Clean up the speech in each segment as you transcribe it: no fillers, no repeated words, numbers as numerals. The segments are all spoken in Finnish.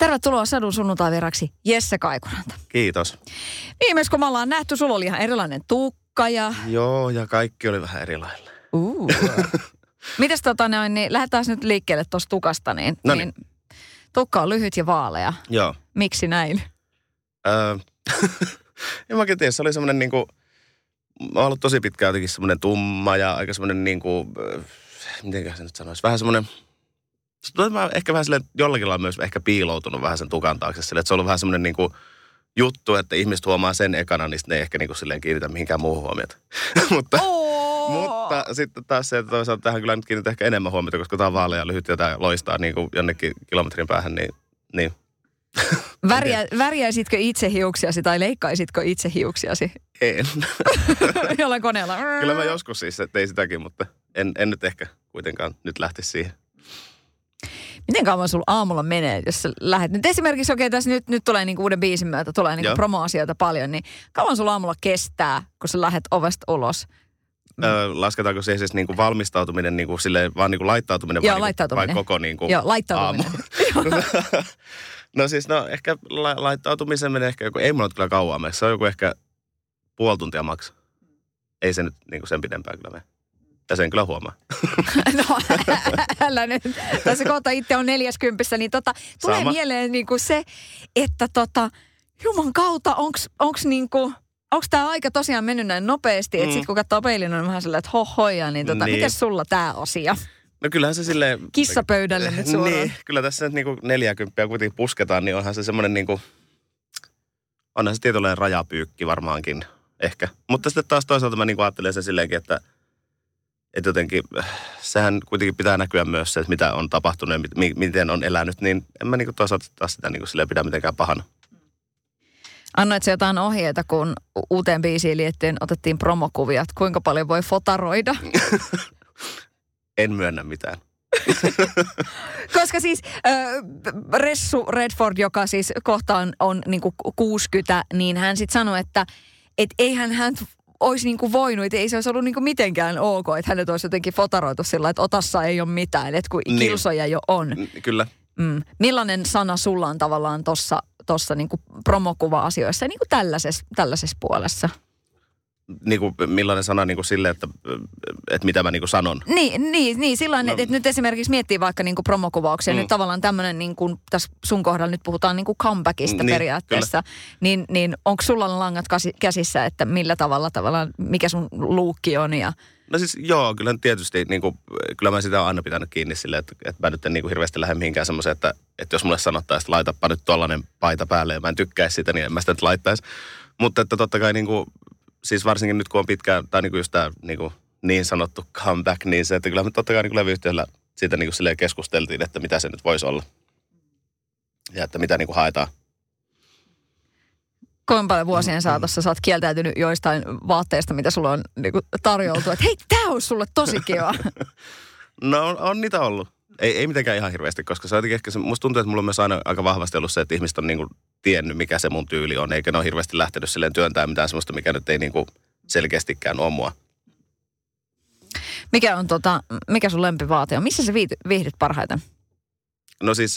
Tervetuloa Sadun sunnuntai-vieraksi Jesse Kaikuranta. Kiitos. Viimeis kun me ollaan nähty, sulla oli ihan erilainen tukka ja... Joo, ja kaikki oli vähän erilailla. Mites niin lähdetään nyt liikkeelle tuosta tukasta, niin tukka on lyhyt ja vaalea. Joo. Miksi näin? En mä tiedä, se oli semmoinen niinku, mä oon ollut tosi pitkään jotenkin semmoinen tumma ja aika semmoinen niinku, mitenköhän se nyt sanoisi, vähän semmoinen, ehkä vähän silleen, jollakin lailla myös ehkä piiloutunut vähän sen tukan taakse silleen, että se on ollut vähän semmoinen niinku juttu, että ihmiset huomaa sen ekana, niin ne ei ehkä niinku silleen kiinnitä mihinkään muuhun huomiota. Mutta sitten taas se, että toisaalta tähän kyllä nyt kiinnitä ehkä enemmän huomiota, koska tämä on vaalea ja lyhyt ja tämä loistaa niinku jonnekin kilometrin päähän, niin. Värjäisitkö itse hiuksiasi tai leikkaisitko itse hiuksiasi? En. Jollain koneella. Kyllä mä joskus siis tein sitäkin, mutta en nyt ehkä kuitenkaan nyt lähtisi siihen. Miten kauan sulla aamulla menee, jos sä lähdet? Nyt esimerkiksi, tässä nyt tulee niinku uuden biisin myötä, tulee niinku promo-asioita paljon, niin kauan sulla aamulla kestää, kun sä lähdet ovesta ulos? Lasketaanko se siis niinku valmistautuminen niinku silleen, vaan niinku laittautuminen? Joo, laittautuminen. Vai koko niinku laittautuminen. No siis, ehkä laittautumisen menee ehkä joku, ei mulla nyt kyllä kauan mene. Se on joku ehkä puoli tuntia maksaa. Ei se nyt niinku sen pidempään kyllä mene. Ja sen kyllä huomaa. No, älä nyt. Tässä kohta itse on 40, niin tulee mieleen niinku se, että Juman kautta, onks tää aika tosiaan mennyt näin nopeasti, että sit kun katsoo peilin, on vähän sellainen, että hohoja, niin miten sulla tää asia? No kyllähän se silleen... Kissapöydälle nyt suoraan. Niin, kyllä tässä nyt niinku 40 kuitenkin pusketaan, niin onhan se semmoinen niinku... Onhan se tietynlainen rajapyykki varmaankin ehkä. Mutta sitten taas toisaalta mä niinku ajattelen sen silleenkin, että jotenkin sehän kuitenkin pitää näkyä myös se, että mitä on tapahtunut ja miten on elänyt, niin en mä niinku toisaalta taas sitä niinku silleen pidä mitenkään pahana. Annoit sä jotain ohjeita, kun uuteen biisiin liittyen otettiin promokuvia, että kuinka paljon voi fotaroida? En myönnä mitään. Koska siis Ressu Redford, joka siis kohtaan on niinku 60, niin hän sitten sanoi, että eihän hän olisi niinku voinut, että ei se olisi ollut niinku mitenkään ok, että hänet olisi jotenkin fotaroitu sillä, että otassa ei ole mitään, että kun kilsoja jo on. Kyllä. Millainen sana sulla on tavallaan tuossa niinku promokuva-asioissa ja niinku tällaisessa puolessa? Niinku millainen sana niinku sille, että mitä mä niinku sanon? Niin silloin, että nyt esimerkiksi miettii vaikka niinku promokuvauksia, nyt tavallaan tämmöinen, niinku, tässä sun kohdalla nyt puhutaan niinku comebackista periaatteessa, niin onko sulla langat käsissä, että millä tavalla, mikä sun luukki on ja... No siis joo, kyllä tietysti, niinku, kyllä mä sitä olen aina pitänyt kiinni silleen, että mä nyt en niinku hirveästi lähde mihinkään semmoiseen, että jos mulle sanottaisiin, että laitapa nyt tollainen paita päälle ja mä en tykkäisi sitä, niin en mä sitä nyt laittaisi. Mutta että totta kai niinku, siis varsinkin nyt kun on pitkään, tai niinku just tämä niinku, niin sanottu comeback, niin se, että kyllä me totta kai niinku levyyhtiöllä siitä niinku silleen keskusteltiin, että mitä se nyt voisi olla. Ja että mitä niinku haetaan. Kuinka paljon vuosien saatossa sä oot kieltäytynyt joistain vaatteista, mitä sulla on niinku tarjoltu, että hei, tää olisi sulle tosi kiva. No on niitä ollut. Ei mitenkään ihan hirveästi, koska se on jotenkin ehkä, musta tuntuu, että mulla on myös aina aika vahvasti ollut se, että ihmiset on niinku tiennyt, mikä se mun tyyli on, eikä ne ole hirveästi lähtenyt silleen työntämään mitään semmoista, mikä nyt ei niinku selkeästikään ole mua. Mikä sun lempivaate on? Missä sä viihdyt parhaiten? No siis...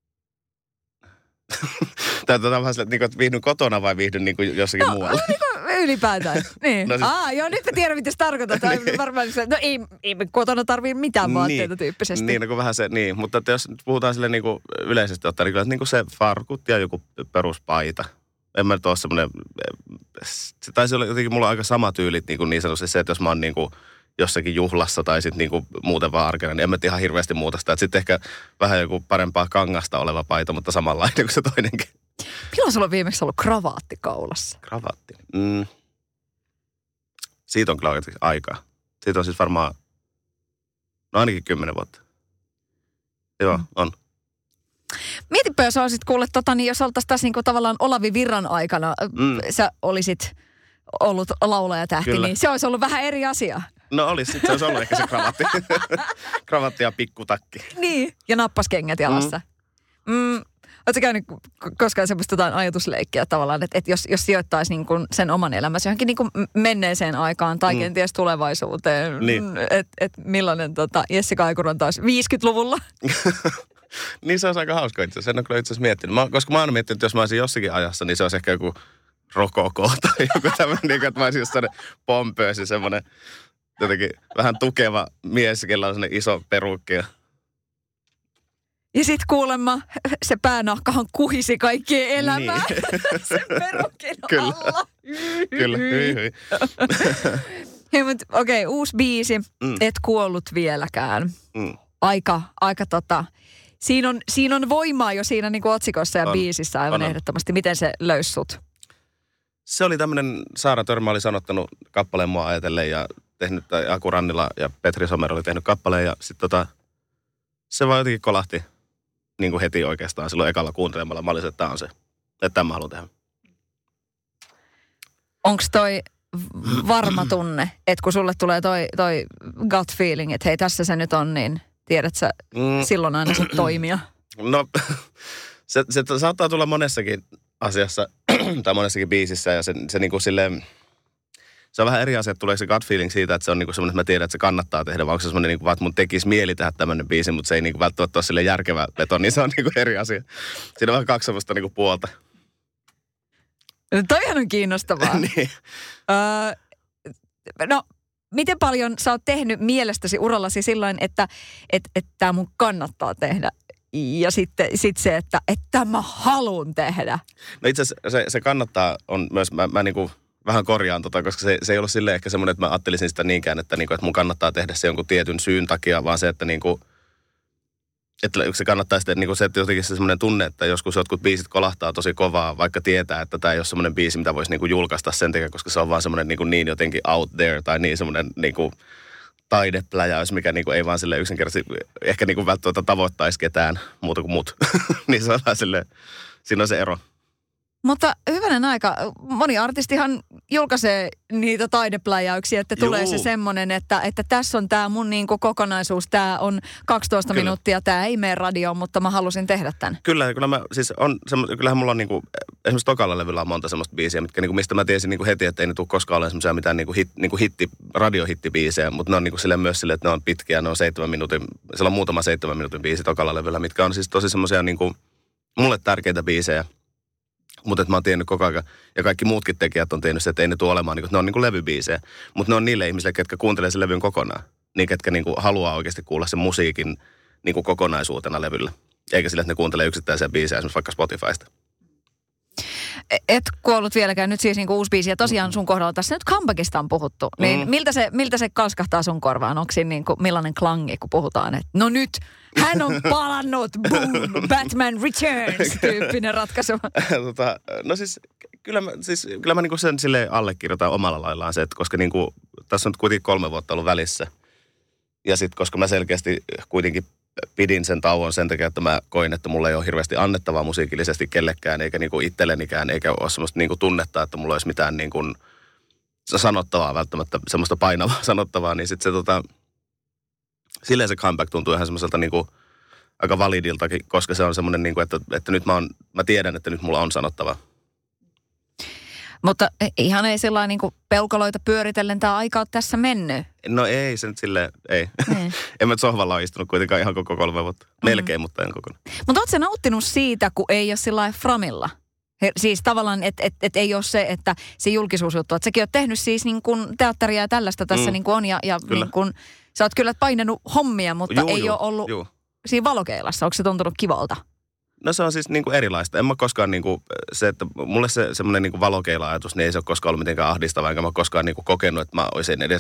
Tämä on vähän silleen, että viihdyn kotona vai viihdyn niin kuin jossakin muualla? Ylipäätään. Niin. No siis, joo, nyt mä tiedän, mitä se tarkoittaa. Varmaan, no ei kotona tarvitse mitään vaatteita tyyppisesti. Niin, no vähän se, niin. Mutta että jos puhutaan silleen niin kuin yleisesti ottaen, niin kyllä niin kuin se farkut ja joku peruspaita. En mä nyt ole semmoinen, se taisi olla jotenkin, mulla on aika sama tyylit niin sanotusti se, että jos mä oon niin kuin jossakin juhlassa tai sitten niinku muuten vaan arkena, niin en mä ihan hirveästi muuta sitä. Sitten ehkä vähän joku parempaa kangasta oleva paita, mutta samanlainen kuin se toinenkin. Milloin sulla on viimeksi ollut kravaatti kaulassa? Kravaatti? Siitä on kyllä oikeasti aikaa. Siitä on siis varmaan, no ainakin 10 vuotta. Joo, on. Mietipä, jos olisit kuullut, niin jos oltaisiin tässä niinku tavallaan Olavi Virran aikana, sä olisit ollut laulajatähti, kyllä, niin se olisi ollut vähän eri asia. No olisi, se olisi ollut ehkä se kravatti. Kravatti ja pikkutakki. Niin, ja nappaskengät jalassa. Oletko käynyt koskaan semmoista jotain ajatusleikkiä tavallaan, että jos sijoittaisi niin kuin sen oman elämänsä johonkin niin kuin menneeseen aikaan tai kenties tulevaisuuteen, niin, että millainen Jesse Kaikuranta taas 50-luvulla? Niin se olisi aika hauska itse asiassa. En ole kyllä itse asiassa miettinyt. Koska mä oon miettinyt, että jos mä olisin jossakin ajassa, niin se olisi ehkä joku rokoko tai joku tämmöinen, niin että mä olisin jossain pompöösi, semmoinen jotenkin vähän tukeva mies, kellä on semmoinen iso perukki. Ja sit kuulemma se päänahkahan kuhisi kaikkien elämää sen perukin alla. Kyllä, hyi. Hei, mutta okei, uusi biisi, et kuollut vieläkään. Aika siinä on voimaa jo siinä niin kuin otsikossa ja biisissä aivan ehdottomasti. Miten se löysi sut? Se oli tämmöinen, Saara Törmä oli sanottanut kappaleen mua ajatellen ja tehnyt, tai Aku Rannila ja Petri Sommer oli tehnyt kappaleen ja sitten se vaan jotenkin kolahti niin kuin heti oikeastaan silloin ekalla kuuntelemalla. Mä olisin, että tämä on se, että tämän mä haluan tehdä. Onko toi varma tunne, että kun sulle tulee toi gut feeling, että hei tässä se nyt on, niin tiedät sä silloin aina se toimia? No se saattaa tulla monessakin asiassa tai monessakin biisissä ja se niin kuin silleen, se on vähän eri asia, että tuleeko se gut feeling siitä, että se on niin kuin semmoinen, että mä tiedän, että se kannattaa tehdä, vai onko se semmoinen, niin kuin, että mun tekisi mieli tehdä tämmöinen biisi, mutta se ei niin kuin välttämättä ole silleen järkevä veto, niin se on niin kuin eri asia. Siinä on vähän kaksi semmoista niin kuin puolta. Toihan on kiinnostavaa. Niin. No, miten paljon sä oot tehnyt mielestäsi urallasi sillain, että tää mun kannattaa tehdä? Ja sitten se, että mä haluun tehdä. No itse asiassa se kannattaa on myös, mä niin kuin vähän korjaan koska se ei ollut silleen ehkä semmoinen, että mä ajattelisin sitä niinkään, että mun kannattaa tehdä se jonkun tietyn syyn takia, vaan se, että että se kannattaa sitten, se, että jotenkin se semmoinen tunne, että joskus jotkut biisit kolahtaa tosi kovaa, vaikka tietää, että tämä ei ole semmoinen biisi, mitä voisi julkaista sen takia, koska se on vaan semmoinen niin jotenkin out there tai niin semmoinen taidepläjäys, mikä ei vaan sille yksinkertaisesti ehkä välttämättä tavoittaisi ketään muuta kuin mut. Niin se on vähän silleen, siinä on se ero. Mutta hyvänen aika, moni artistihan julkaisee niitä taidepläjäyksiä, että tulee se semmoinen, että tässä on tämä mun kokonaisuus, tämä on 12 minuuttia, tämä ei mene radioon, mutta mä halusin tehdä tämän. Kyllä mä, siis kyllähän mulla on esimerkiksi tokalla levyllä on monta semmoista biisiä, mitkä mistä mä tiesin heti, että ei ne tule koskaan olemaan semmoisia mitään radiohittibiisejä, mutta ne on silleen myös silleen, että ne on pitkiä, ne on 7 minuutin, siellä on muutama 7 minuutin biisi tokalla levyllä, mitkä on siis tosi semmoisia mulle tärkeitä biisejä. Mutta mä oon tiennyt koko ajan, ja kaikki muutkin tekijät on tiennyt se, että ei ne tule olemaan, ne on levybiisejä. Mutta ne on niille ihmisille, ketkä kuuntelee sen levyn kokonaan. Niin, ketkä haluaa oikeasti kuulla sen musiikin kokonaisuutena levyllä. Eikä sille, että ne kuuntelee yksittäisiä biisejä esimerkiksi vaikka Spotifysta. Et kuollut vieläkään, nyt siis uusi biisi. Ja tosiaan sun kohdalla tässä nyt comebackista on puhuttu. Niin miltä se kalskahtaa sun korvaan? Onko siinä millainen klangi, kun puhutaan, että no nyt hän on palannut, boom, Batman Returns -tyyppinen ratkaisu. No siis kyllä mä sen silleen allekirjoitan omalla laillaan se, että koska tässä on nyt kuitenkin 3 vuotta ollut välissä. Ja sitten koska mä selkeästi kuitenkin pidin sen tauon sen takia, että mä koin, että mulla ei ole hirveästi annettavaa musiikillisesti kellekään, eikä itsellenikään, eikä ole semmoista tunnetta, että mulla olisi mitään sanottavaa välttämättä, semmoista painavaa sanottavaa, niin sitten se silleen se comeback tuntuu ihan semmoiselta aika validiltakin, koska se on semmoinen, että nyt mä tiedän, että nyt mulla on sanottavaa. Mutta ihan ei sellainen peukaloita pyöritellen tämä aika ole tässä mennyt. No ei, se nyt silleen, ei. En mä sohvalla ole istunut kuitenkaan ihan koko 3 vuotta. Melkein, mutta en kokonaan. Mutta ootko sä nauttinut siitä, kun ei ole sellainen framilla? Siis tavallaan, että ei ole se, että se julkisuusjuttu, että säkin oot tehnyt siis teatteria ja tällaista tässä on. Ja sä oot kyllä painanut hommia, mutta ei ole ollut siinä valokeilassa. Onko se tuntunut kivalta? No se on siis erilaista. En mä koskaan se, että mulle se semmoinen valokeila-ajatus, niin ei se ole koskaan ollut mitenkään ahdistavaa, enkä mä koskaan kokenut, että mä olisin edes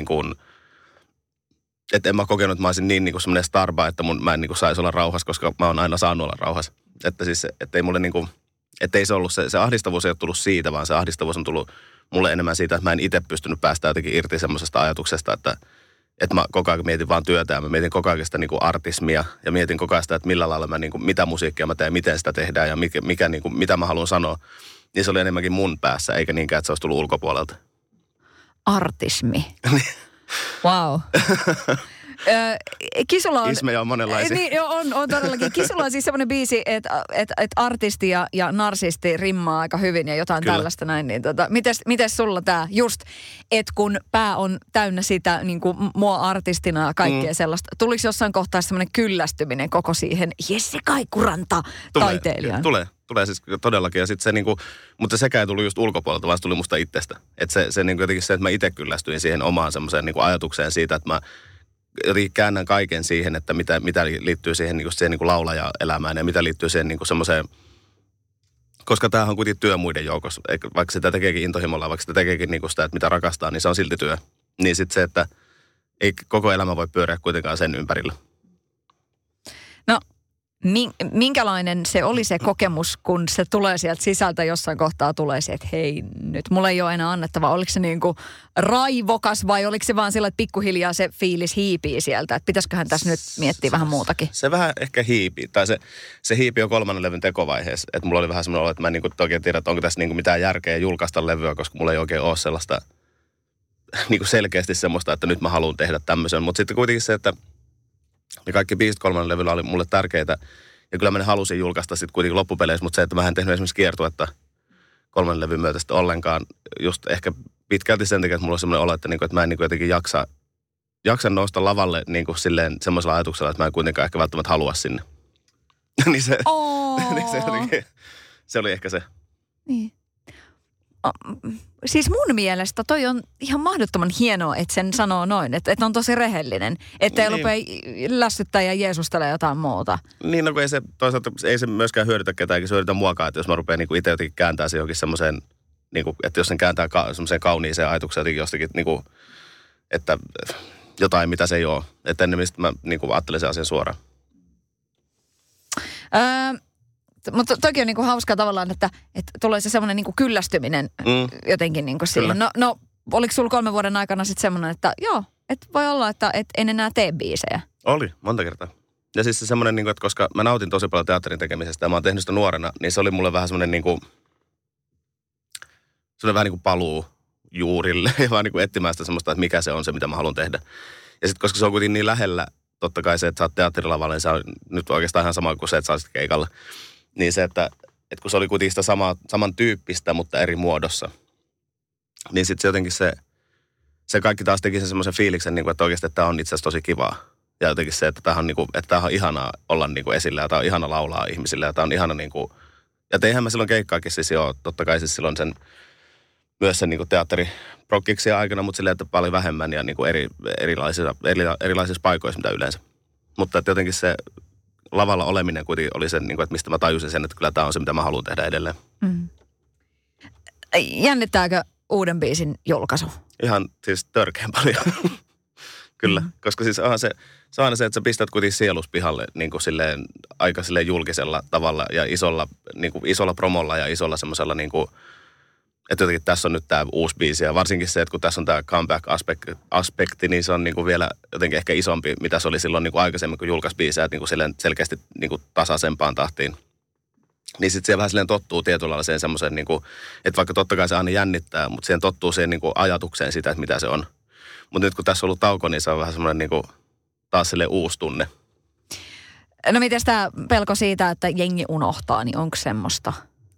että en mä kokenut, että mä olisin semmoinen starba, että mä en saisi olla rauhassa, koska mä oon aina saanut olla rauhassa. Että siis, että ei mulle että ei se ollut se ahdistavuus ei ole tullut siitä, vaan se ahdistavuus on tullut mulle enemmän siitä, että mä en itse pystynyt päästä jotenkin irti semmoisesta ajatuksesta, että mä koko ajan mietin vaan työtä ja mä mietin koko ajan sitä artismia ja mietin koko ajan sitä, että millä lailla mä mitä musiikkia mä teen, miten sitä tehdään ja mitä mä haluan sanoa. Niin se oli enemmänkin mun päässä, eikä niinkään, että se olisi tullut ulkopuolelta. Artismi. Wow. Kisulla on... Ismejä on monenlaisia. Niin, on todellakin. Kisulla on siis semmoinen biisi, että artisti ja narsisti rimmaa aika hyvin ja jotain Kyllä. tällaista näin. Niin mites sulla tää just, että kun pää on täynnä sitä niin kuin mua artistina ja kaikkea sellaista. Tuliko jossain kohtaa semmoinen kyllästyminen koko siihen Jesse Kaikuranta taiteilijaan? Tulee siis todellakin. Ja sit se niinku, mutta sekään ei tullut just ulkopuolelta, vaan se tuli musta itsestä. Että se niinku jotenkin se, että mä itse kyllästyin siihen omaan semmoiseen niinku ajatukseen siitä, että mä jotenkin käännän kaiken siihen, että mitä liittyy siihen niinku laulaja-elämään ja mitä liittyy siihen niinku semmoiseen, koska tämähän on kuitenkin työ muiden joukossa. Vaikka sitä tekeekin intohimolla, vaikka sitä tekeekin niinku sitä, että mitä rakastaa, niin se on silti työ. Niin sitten se, että ei koko elämä voi pyöriä kuitenkaan sen ympärillä. No, minkälainen se oli se kokemus, kun se tulee sieltä sisältä jossain kohtaa tulee se, että hei, nyt mulla ei ole enää annettavaa. Oliko se niin kuin raivokas vai oliko se vaan sillä, että pikkuhiljaa se fiilis hiipii sieltä? Että pitäisiköhän tässä nyt miettiä vähän muutakin? Se vähän ehkä hiipii. Tai se hiipi on 3. levyn tekovaiheessa. Että mulla oli vähän semmoinen olo, että mä en niin kuin oikein tiedä, että onko tässä niin kuin mitään järkeä julkaista levyä, koska mulla ei oikein ole sellaista niin kuin selkeästi semmoista, että nyt mä haluan tehdä tämmöisen. Mutta sitten kuitenkin se, että ja kaikki biisit 3. levyllä oli mulle tärkeitä. Ja kyllä mä ne halusin julkaista sitten kuitenkin loppupeleissä, mutta se, että mä en tehnyt esimerkiksi kiertuetta 3. levyn myötä sitten ollenkaan. Just ehkä pitkälti sen takia, että mulla on semmoinen olo, että mä en jotenkin jaksa nousta lavalle silleen semmoisella ajatuksella, että mä en kuitenkaan ehkä välttämättä halua sinne. niin se oli ehkä se. Niin. Siis mun mielestä toi on ihan mahdottoman hienoa, että sen sanoo noin, että on tosi rehellinen, että ei rupea lässyttää ja jeesustella jotain muuta. Niin, no kun ei se myöskään hyödytä ketään, eikä se hyödytä muakaan, että jos mä rupean itse jotenkin kääntää se johonkin semmoiseen, että jos sen kääntää semmoiseen kauniiseen ajatukseen jostakin, että jotain, mitä se ei ole. Että ennemmin mä ajattelen sen asian suoraan. Mutta toki on niinku hauskaa tavallaan, että tulee se semmoinen niinku kyllästyminen jotenkin niinku siihen. No, oliko sulla 3 vuoden aikana sitten semmoinen, että joo, että voi olla, että en enää tee biisejä? Oli, monta kertaa. Ja siis se semmoinen, että koska mä nautin tosi paljon teatterin tekemisestä ja mä oon tehnyt sitä nuorena, niin se oli mulle vähän semmoinen vähän niin kuin paluu juurille ja vaan etsimään sitä semmoista, että mikä se on se, mitä mä haluan tehdä. Ja sitten koska se on kuitenkin niin lähellä, totta kai se, että sä oot teatterilavalle, niin se on nyt oikeastaan ihan sama kuin se, että sä olisit keikalla. Niin se, että kun se oli kuitenkin sitä samantyyppistä, mutta eri muodossa. Niin sitten se jotenkin se kaikki taas teki sen semmoisen fiiliksen, että oikeasti että tämä on itse asiassa tosi kivaa. Ja jotenkin se, että tämä on ihanaa olla esillä ja tämä on ihana laulaa ihmisille ja tämä on ihana ja teihän mä silloin keikkaakin siis joo, totta kai siis silloin myös sen teatteriprokkiksia aikana, mutta silleen, että paljon vähemmän ja erilaisissa paikoissa mitä yleensä. Mutta että jotenkin se lavalla oleminen kuitenkin oli sen, että mistä mä tajusin sen, että kyllä tämä on se, mitä mä haluan tehdä edelleen. Mm. Jännittääkö uuden biisin julkaisu? Ihan siis törkeän paljon. Kyllä, koska siis se on aina se, että sä pistät kuitenkin sielus pihalle aika julkisella tavalla ja isolla promolla ja isolla semmoisella että jotenkin tässä on nyt tämä uusi biisi ja varsinkin se, että kun tässä on tämä comeback-aspekti, niin se on vielä jotenkin ehkä isompi, mitä se oli silloin aikaisemmin, kun julkaisi biisejä, että selkeästi tasaisempaan tahtiin. Niin sitten siellä vähän silleen tottuu tietyllä lailla semmoiseen, että vaikka totta kai se aina jännittää, mutta siihen tottuu siihen ajatukseen sitä, että mitä se on. Mutta nyt kun tässä on ollut tauko, niin se on vähän semmoinen taas silleen uusi tunne. No mites tämä pelko siitä, että jengi unohtaa, niin onko semmoista?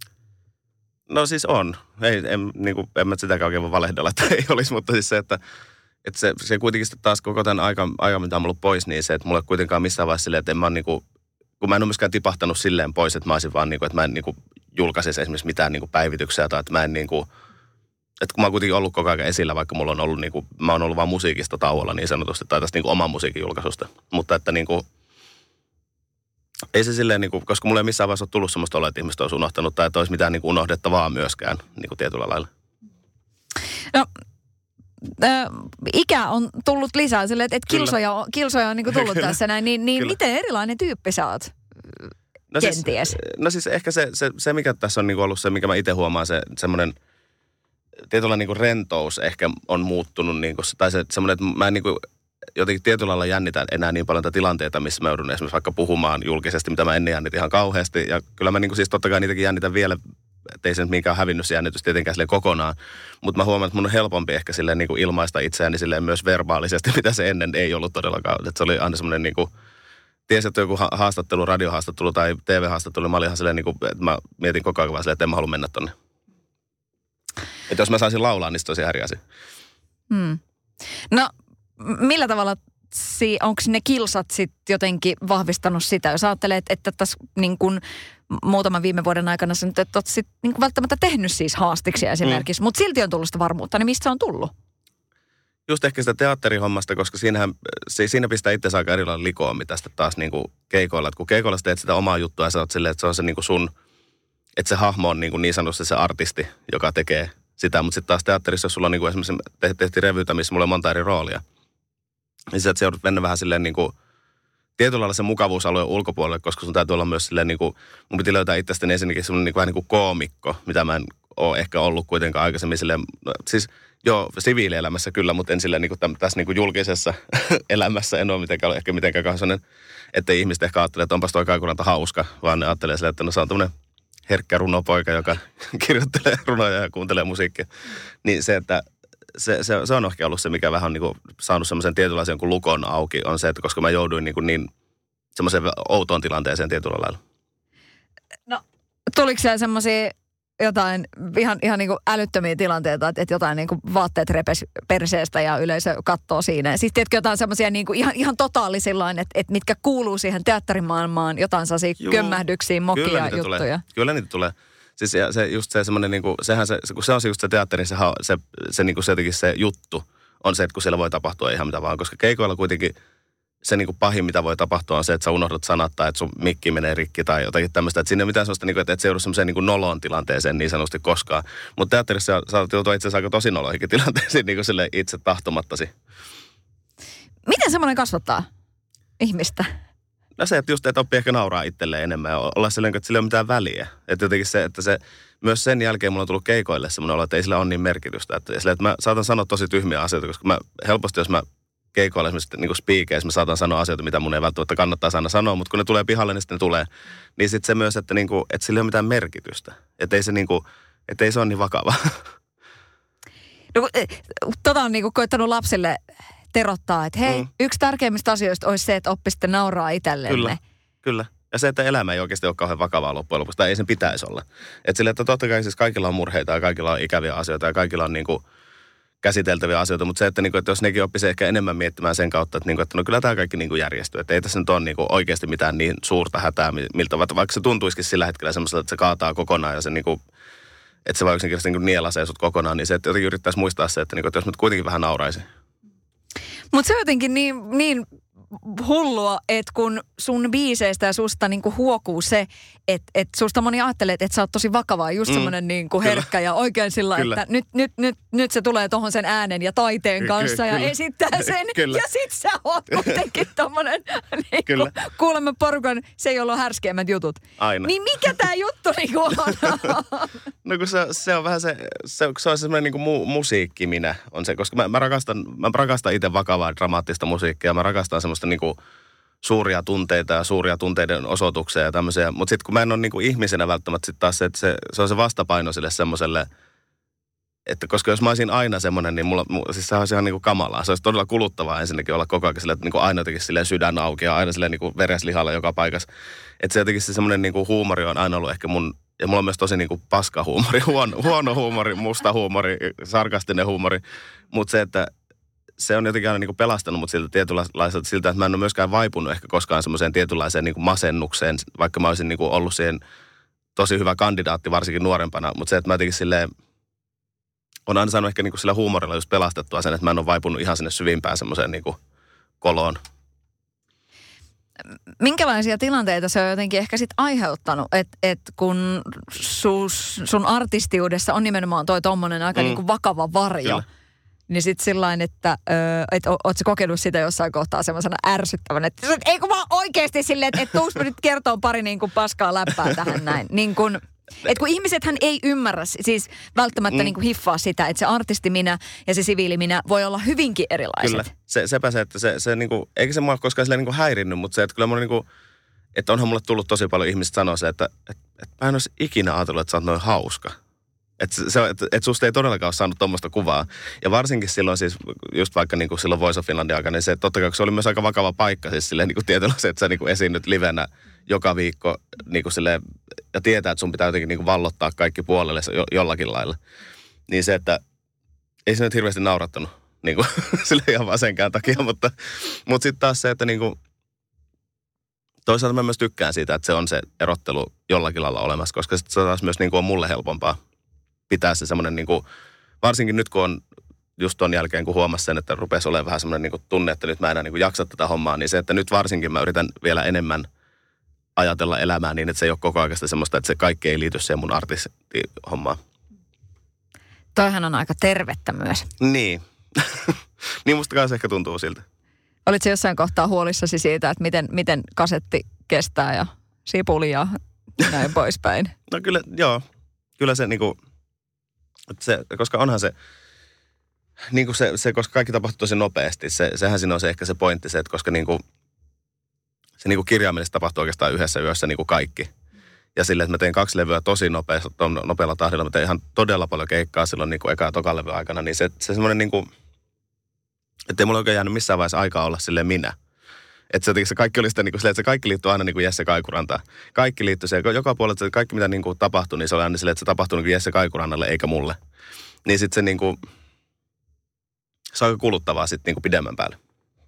No siis on. En mä sitäkään oikein voi valehdella, että ei olisi, mutta siis se, että se kuitenkin taas koko tämän aika mitä on ollut pois, niin se, että mulla ei kuitenkaan missään vaiheessa silleen, että en mä kun mä en ole myöskään tipahtanut silleen pois, että mä olisin vaan että mä en julkaisisi esimerkiksi mitään päivityksiä tai että mä en että kun mä oon kuitenkin ollut koko ajan esillä, vaikka mulla on ollut mä oon ollut vaan musiikista tauolla niin sanotusti, tai tästä oman musiikin julkaisusta. Mutta että ei se silleen, koska mulla ei missään vaiheessa ole tullut semmoista oloa, että ihmiset olisi unohtanut tai että olisi mitään unohdettavaa myöskään tietyllä lailla. No, ikä on tullut lisää silleen, että kilsoja on tullut tässä näin, niin miten erilainen tyyppi sä oot? No kenties. Siis ehkä se mikä tässä on ollut se, mikä mä itse huomaan, se semmoinen tietynlainen rentous ehkä on muuttunut, tai se semmoinen, että mä en jotenkin tietyllä lailla jännitän enää niin paljon tilanteita, missä mä joudun esimerkiksi vaikka puhumaan julkisesti, mitä mä ennen jännitin ihan kauheasti. Ja kyllä mä siis totta kai niitäkin jännitän että ei se nyt minkään hävinnyt se jännitys tietenkään silleen kokonaan. Mutta mä huomaan, että mun on helpompi ehkä silleen niin kuin ilmaista itseäni silleen myös verbaalisesti, mitä se ennen ei ollut todellakaan. Että se oli aina semmoinen niin kuin, tiesi, että joku haastattelu, radiohaastattelu tai TV-haastattelu, niin mä olin ihan silleen niin kuin, että mä mietin koko ajan vaan silleen, että en mä halua mennä tonne. Että jos mä saisin laulaa, niin se tosi eri asia. No, millä tavalla onko ne kilsat sitten jotenkin vahvistanut sitä, jos ajattelee, että tässä niin kuin muutaman viime vuoden aikana sä nyt et ole sit niin kuin välttämättä tehnyt siis haastiksia esimerkiksi, mutta silti on tullut sitä varmuutta, niin mistä se on tullut? Just ehkä sitä teatterihommasta, koska siinä pistää itse aika erilainen likoa, mitä sitten taas niin kuin keikoilla. Et kun keikoilla teet sitä omaa juttua ja sä oot silleen, että se on se niin kuin sun, että se hahmo on niin sanotusti se artisti, joka tekee sitä. Mutta sitten taas teatterissa, jos sulla on niin kuin esimerkiksi tehtiin revytä, missä mulla on monta eri roolia. Niin sä joudut mennä vähän silleen niin kuin tietyllä lailla sen mukavuusalueen ulkopuolelle, koska sun täytyy olla myös silleen niin kuin, mun piti löytää itsestäni ensinnäkin semmoinen niin vähän niin kuin koomikko, mitä mä en ole ehkä ollut kuitenkaan aikaisemmin silleen, siis joo, siviilielämässä kyllä, mutta en silleen niin kuin tässä niin kuin julkisessa elämässä en ole mitenkään kansainen, ettei ihmiset ehkä ajattele, että onpas toi Kaikulanta hauska, vaan ne ajattelee silleen, että no se on tämmöinen herkkä runopoika, joka kirjoittelee runoja ja kuuntelee musiikkia. Niin se, että se on ehkä ollut se, mikä vähän on niin kuin saanut semmoisen tietynlaisen kuin lukon auki, on se, että koska mä jouduin niin semmoiseen outoon tilanteeseen tietyllä lailla. No, tuliko siellä semmoisia jotain ihan niin kuin älyttömiä tilanteita, että jotain niin kuin vaatteet repes perseestä ja yleisö katsoo siinä. Siis tiedätkö jotain semmoisia niin kuin ihan totaalisillaan, että mitkä kuuluu siihen teatterimaailmaan, jotain sellaisia kömmähdyksiä, mokia juttuja. Kyllä niitä tulee. Siis se just se semmoinen niinku, sehän se, kun se on just se teatterin, se niinku se jotenkin se juttu on se, että kun siellä voi tapahtua ihan mitä vaan, koska keikoilla kuitenkin se niinku pahin, mitä voi tapahtua, on se, että sä unohdat sanat tai että sun mikki menee rikki tai jotakin tämmöistä, että siinä ei ole mitään sellaista, että et se joudu semmoiseen niinku noloon tilanteeseen niin sanotusti koskaan. Mutta teatterissa saatat joutua itse asiassa aika tosi noloihinkin tilanteisiin niinku silleen itse tahtomattasi. Miten semmoinen kasvattaa ihmistä? No se, että just, että oppii ehkä nauraa itselleen enemmän ja olla silleen, että sillä ei ole mitään väliä. Että jotenkin se, että se, myös sen jälkeen mulla on tullut keikoille semmoinen olo, että ei sillä ole niin merkitystä. Että mä saatan sanoa tosi tyhmiä asioita, koska mä helposti, jos mä keikoilla esimerkiksi niin kuin speakeissä, mä saatan sanoa asioita, mitä mun ei välttämättä kannattaa aina sanoa, mutta kun ne tulee pihalle, niin sitten ne tulee. Niin sitten se myös, että, niin kuin, että sillä ei ole mitään merkitystä. Että ei se, niin kuin, että ei se ole niin vakavaa. No, on niin kuin koittanut lapsille terottaa, että hei, yksi tärkeimmistä asioista olisi se, että oppisitte nauraa itsellenne. Kyllä. Ja se, että elämä ei oikeasti ole kauhean vakavaa loppujen lopuksi, tai ei sen pitäisi olla. Että sille, että totta kai siis kaikilla on murheita ja kaikilla on ikäviä asioita ja kaikilla on niin kuin käsiteltäviä asioita, mutta se, että, niin kuin, että jos nekin oppisi ehkä enemmän miettimään sen kautta, että, niin kuin, että no kyllä tämä kaikki niin kuin järjestyy. Että ei tässä nyt ole niin kuin oikeasti mitään niin suurta hätää, miltä vaikka se tuntuisikin sillä hetkellä semmoiselta, että se kaataa kokonaan ja se niin kuin, että se voi yksinkertaisesti niin kuin nielasee sut kokonaan, niin se, että jotenkin yrittäisi muistaa se, että, niin kuin, että jos nyt kuitenkin vähän nauraisi. Mutta se on jotenkin niin hullua, että kun sun biiseistä ja susta niinku huokuu se, että susta moni ajattelee, että sä oot tosi vakavaa, just semmoinen niinku herkkä ja oikein sillä, että nyt se tulee tohon sen äänen ja taiteen kanssa ja esittää sen. Ja sit sä oot kuitenkin tommonen niinku, kuulemme porukan, se ei ollut härskeimmät jutut. Aina. Niin mikä tää juttu niinku on? No kun se on vähän se on semmoinen niinku musiikki minä on se, koska mä rakastan itse vakavaa dramaattista musiikkia, mä rakastan semmoista niinku suuria tunteita ja suuria tunteiden osoituksia ja tämmöisiä. Mutta sitten kun mä en ole niinku ihmisenä välttämättä sitten taas se, että se on se vastapaino sille semmoiselle, että koska jos mä olisin aina semmoinen, niin siis se olisi ihan niinku kamalaa. Se olisi todella kuluttavaa ensinnäkin olla koko ajan silleen, että niinku aina jotenkin silleen sydän auki ja aina silleen niinku vereslihalla joka paikassa. Että se jotenkin se semmoinen niinku huumori on aina ollut ehkä mun, ja mulla on myös tosi niinku paska huumori, huono huumori, musta huumori, sarkastinen huumori. Mutta se, että se on jotenkin aina niin kuin pelastanut mut siltä tietynlaiselta siltä, että mä en ole myöskään vaipunut ehkä koskaan semmoiseen tietynlaiseen niin kuin masennukseen, vaikka mä olisin niin kuin ollut siihen tosi hyvä kandidaatti varsinkin nuorempana. Mutta se, että mä jotenkin silleen, on aina saanut ehkä niin kuin sillä huumorilla just pelastettua sen, että mä en ole vaipunut ihan sinne syvimpään semmoiseen niin kuin koloon. Minkälaisia tilanteita se on jotenkin ehkä sit aiheuttanut, että kun sun artistiudessa on nimenomaan toi tommonen aika niin kuin vakava varjo, kyllä. Niin sitten sillain, että ootko kokenut sitä jossain kohtaa semmoisena ärsyttävänä, että ei kun vaan oikeasti silleen, että tuuks mä nyt kertoo pari niin kuin paskaa läppää tähän näin. Niin kun, että kun ihmisethän ei ymmärrä, siis välttämättä niin kuin hiffaa sitä, että se artisti minä ja se siviili minä voi olla hyvinkin erilaiset. Kyllä, sepä se, että se niin kuin, eikä se mua koskaan silleen niin kuin häirinnyt, mutta se, että kyllä mulla niin kuin, että onhan mulle tullut tosi paljon ihmistä sanoa se, että mä en olisi ikinä ajatellut, että sä oot noin hauska. Että susta ei todellakaan ole saanut tuommoista kuvaa. Ja varsinkin silloin siis, just vaikka niin kuin silloin Voice of Finlandin aikana, niin se totta kai se oli myös aika vakava paikka. Siis silleen niin kuin tietyllä se, että sä niin kuin esiinnyt livenä joka viikko niin kuin silleen, ja tietää, että sun pitää jotenkin niin kuin vallottaa kaikki puolelle jollakin lailla. Niin se, että ei se nyt hirveästi naurattanut niin kuin silleen ihan vaan senkään takia, mutta sitten taas se, että niin kuin, toisaalta mä myös tykkään siitä, että se on se erottelu jollakin lailla olemassa, koska se taas myös niin kuin on mulle helpompaa pitää se semmoinen, niin kuin, varsinkin nyt kun on just ton jälkeen, kun huomasi sen, että rupesi olemaan vähän semmoinen niin kuin tunne, että nyt mä enää niin kuin jaksa tätä hommaa, niin se, että nyt varsinkin mä yritän vielä enemmän ajatella elämää niin, että se ei ole koko ajan semmoista, että se kaikki ei liity siihen mun artistihommaan. Toihan on aika tervettä myös. Niin. Niin musta kanssa ehkä tuntuu siltä. Olitko jossain kohtaa huolissasi siitä, että miten kasetti kestää ja sipuli ja näin poispäin? No kyllä, joo. Kyllä se niinku, koska onhan se, niinku se, koska kaikki tapahtuu tosi nopeasti. Sehän siinä on se ehkä se pointti se, että koska niinku, se niinku kirjaimellisesti tapahtuu oikeastaan yhdessä yössä niinku kaikki. Ja sille, että mä tein 2 levyä tosi nopealla tahdilla. Mä tein ihan todella paljon keikkaa silloin niinku eka ja tokan levy aikana. Niin se semmoinen niinku, että ei mulla oikein jäänyt missään vaiheessa aikaa olla silleen minä. Että se kaikki oli sitä niinku silleen, että se kaikki liittyy aina niinku Jesse Kaikurantaan. Kaikki liittyy siihen. Joka puolella se kaikki mitä niinku tapahtui, niin se oli aina silleen, että se tapahtui niinku Jesse Kaikurannalle eikä mulle. Niin sitten se niinku, se on aika kuluttavaa sitten niinku pidemmän päälle.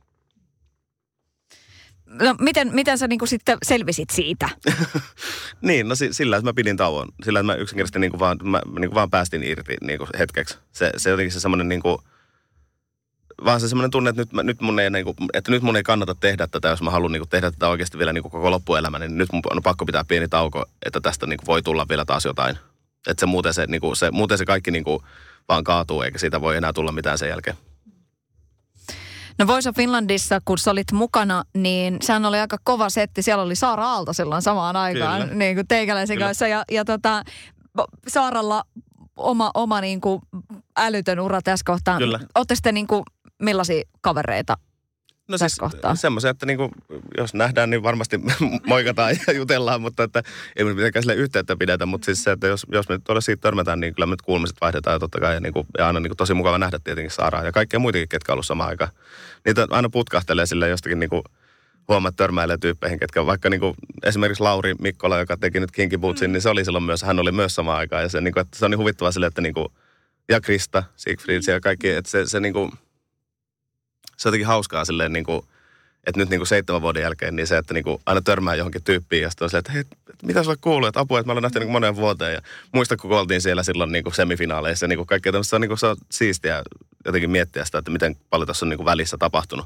No miten sä niinku sitten selvisit siitä? Niin, no sillä, että mä pidin tauon. Sillä, että mä yksinkertaisesti niinku vaan päästin irti niinku hetkeksi. Se jotenkin se semmoinen niinku, vaan se semmoinen tunne, että nyt mun ei kannata tehdä tätä, jos mä haluan niinku tehdä tätä oikeasti vielä niinku koko loppuelämäni, niin nyt mun on pakko pitää pieni tauko, että tästä niinku voi tulla vielä taas jotain. Että muuten se kaikki niinku vaan kaatuu, eikä siitä voi enää tulla mitään sen jälkeen. No Voice of Finlandissa, kun sä olit mukana, niin sehän oli aika kova setti. Siellä oli Saara Aalto silloin samaan aikaan, niin kuin teikäläisen kanssa. Ja Saaralla oma niin kuin älytön ura tässä kohtaa. Kyllä. Ootte sitten niin kuin millaisia kavereita tässä kohtaa? Semmoisia, että niin kuin, jos nähdään, niin varmasti moikataan ja jutellaan, mutta että ei me mitenkään sille yhteyttä pidetä. Mutta siis se, että jos me nyt tuolla siitä törmätään, niin kyllä me nyt kuulumiset vaihdetaan ja totta kai. Ja aina niin kuin tosi mukava nähdä tietenkin Saaraa ja kaikkia muitakin, ketkä on ollut samaan aikaan. Niitä aina putkahtelee silleen jostakin niin kuin huomaat törmäilee tyyppeihin, ketkä vaikka niin kuin esimerkiksi Lauri Mikkola, joka teki nyt Kinky Bootsin, niin se oli silloin myös, hän oli myös samaan aikaan. Ja se, niin kuin, että se on niin huvittavaa silleen, että niin kuin, ja Krista, Siegfried ja kaikki, että se niin kuin, se on jotenkin hauskaa silleen, niin kuin, että nyt niin kuin 7 vuoden jälkeen, niin se, että niin kuin aina törmää johonkin tyyppiin ja sitten on silleen, että hei, mitä sulle kuuluu, että apua, että mä olen nähty niin moneen vuoteen. Ja muista, kun oltiin siellä silloin niin kuin semifinaaleissa ja niin kuin kaikkea tämmöistä, se on siistiä jotenkin miettiä sitä, että miten paljon tässä on niin kuin välissä tapahtunut.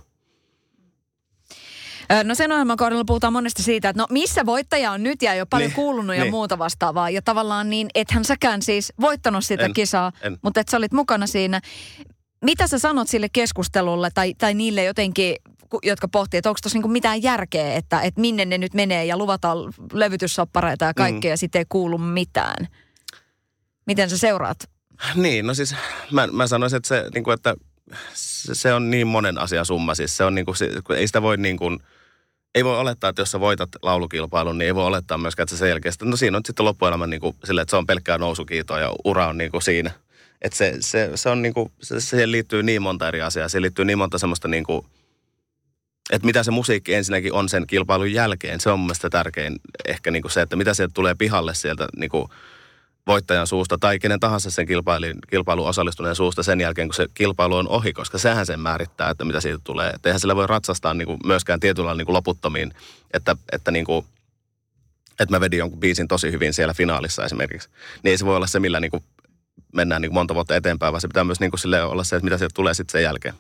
No sen ohjelman kohdalla puhutaan monesti siitä, että no missä voittaja on nyt ja ei ole paljon kuulunut ja muuta vastaavaa. Ja tavallaan niin, ethän säkään siis voittanut sitä kisaa, mutta että sä olit mukana siinä. Mitä sä sanot sille keskustelulle tai niille jotenkin, jotka pohtii, että onko tuossa niinku mitään järkeä, että minne ne nyt menee ja luvataan levytyssoppareita ja kaikkea ja sitten ei kuulu mitään. Miten sä seuraat? Niin, no siis mä sanoisin, että se, niin kuin, että se on niin monen asian summa. Siis se on niin kuin, ei sitä voi niin kuin, ei voi olettaa, että jos sä voitat laulukilpailun, niin ei voi olettaa myöskään, että sen jälkeen, no siinä on sitten loppuelämä niin kuin silleen, että se on pelkkää nousukiitoa ja ura on niin kuin siinä. Että se on niin kuin, siihen liittyy niin monta eri asiaa, siihen liittyy niin monta semmoista niin kuin, että mitä se musiikki ensinnäkin on sen kilpailun jälkeen. Se on mun mielestä tärkein ehkä niin kuin se, että mitä sieltä tulee pihalle sieltä niin kuin voittajan suusta tai kenen tahansa sen kilpailuun osallistuneen suusta sen jälkeen, kun se kilpailu on ohi, koska sehän sen määrittää, että mitä siitä tulee. Että eihän sillä voi ratsastaa niin kuin myöskään tietyllä niin kuin loputtomiin, että, niin kuin, että mä vedin jonkun biisin tosi hyvin siellä finaalissa esimerkiksi. Niin ei se voi olla se, millä niin kuin mennään niin kuin monta vuotta eteenpäin, vaan se pitää myös niin kuin olla se, että mitä sieltä tulee sitten sen jälkeen.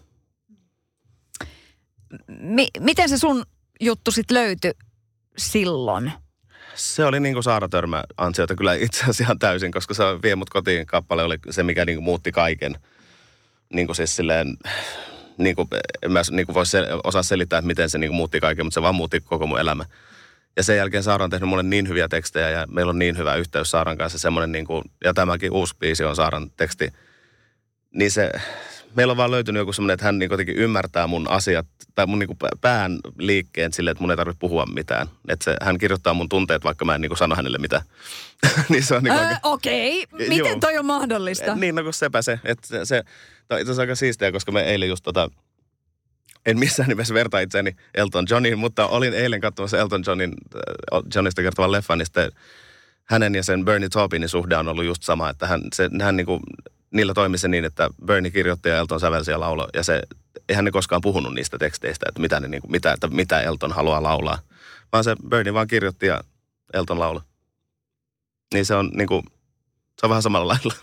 Miten se sun juttu sitten löytyi silloin? Se oli niin kuin Saara Törmä ansiota kyllä itse asiassa ihan täysin, koska se Vie mut kotiin -kappale oli se, mikä niin kuin muutti kaiken. Niin kuin siis silleen, niin kuin, en mä niin kuin voi osaa selittää, että miten se niin kuin muutti kaiken, mutta se vaan muutti koko mun elämä. Ja sen jälkeen Saara on tehnyt mulle niin hyviä tekstejä ja meillä on niin hyvä yhteys Saaran kanssa semmoinen niin kuin, ja tämäkin uusi biisi on Saaran teksti. Niin meillä on vaan löytynyt joku semmoinen, että hän niin jotenkin ymmärtää mun asiat, tai mun niin pään liikkeen silleen, että mun ei tarvitse puhua mitään. Että hän kirjoittaa mun tunteet, vaikka mä en niin sano hänelle mitään. Niin se on niin Okei. Miten toi on mahdollista? Niin, no kun sepä se. Että se on itse asiassa aika siistiä, koska me eilen just en missään nimessä vertaa itseäni Elton Johniin, mutta olin eilen katsomassa Elton Johnista kertovan leffan, niin sitten hänen ja sen Bernie Taupinin suhde on ollut just sama, että hän niin kuin, niillä toimi se niin, että Bernie kirjoitti ja Elton sävelsi ja lauloi, ja eihän ne koskaan puhunut niistä teksteistä, että mitä Elton haluaa laulaa, vaan se Bernie vaan kirjoitti ja Elton lauloi. Niin se on niin kuin, se on vähän samalla lailla.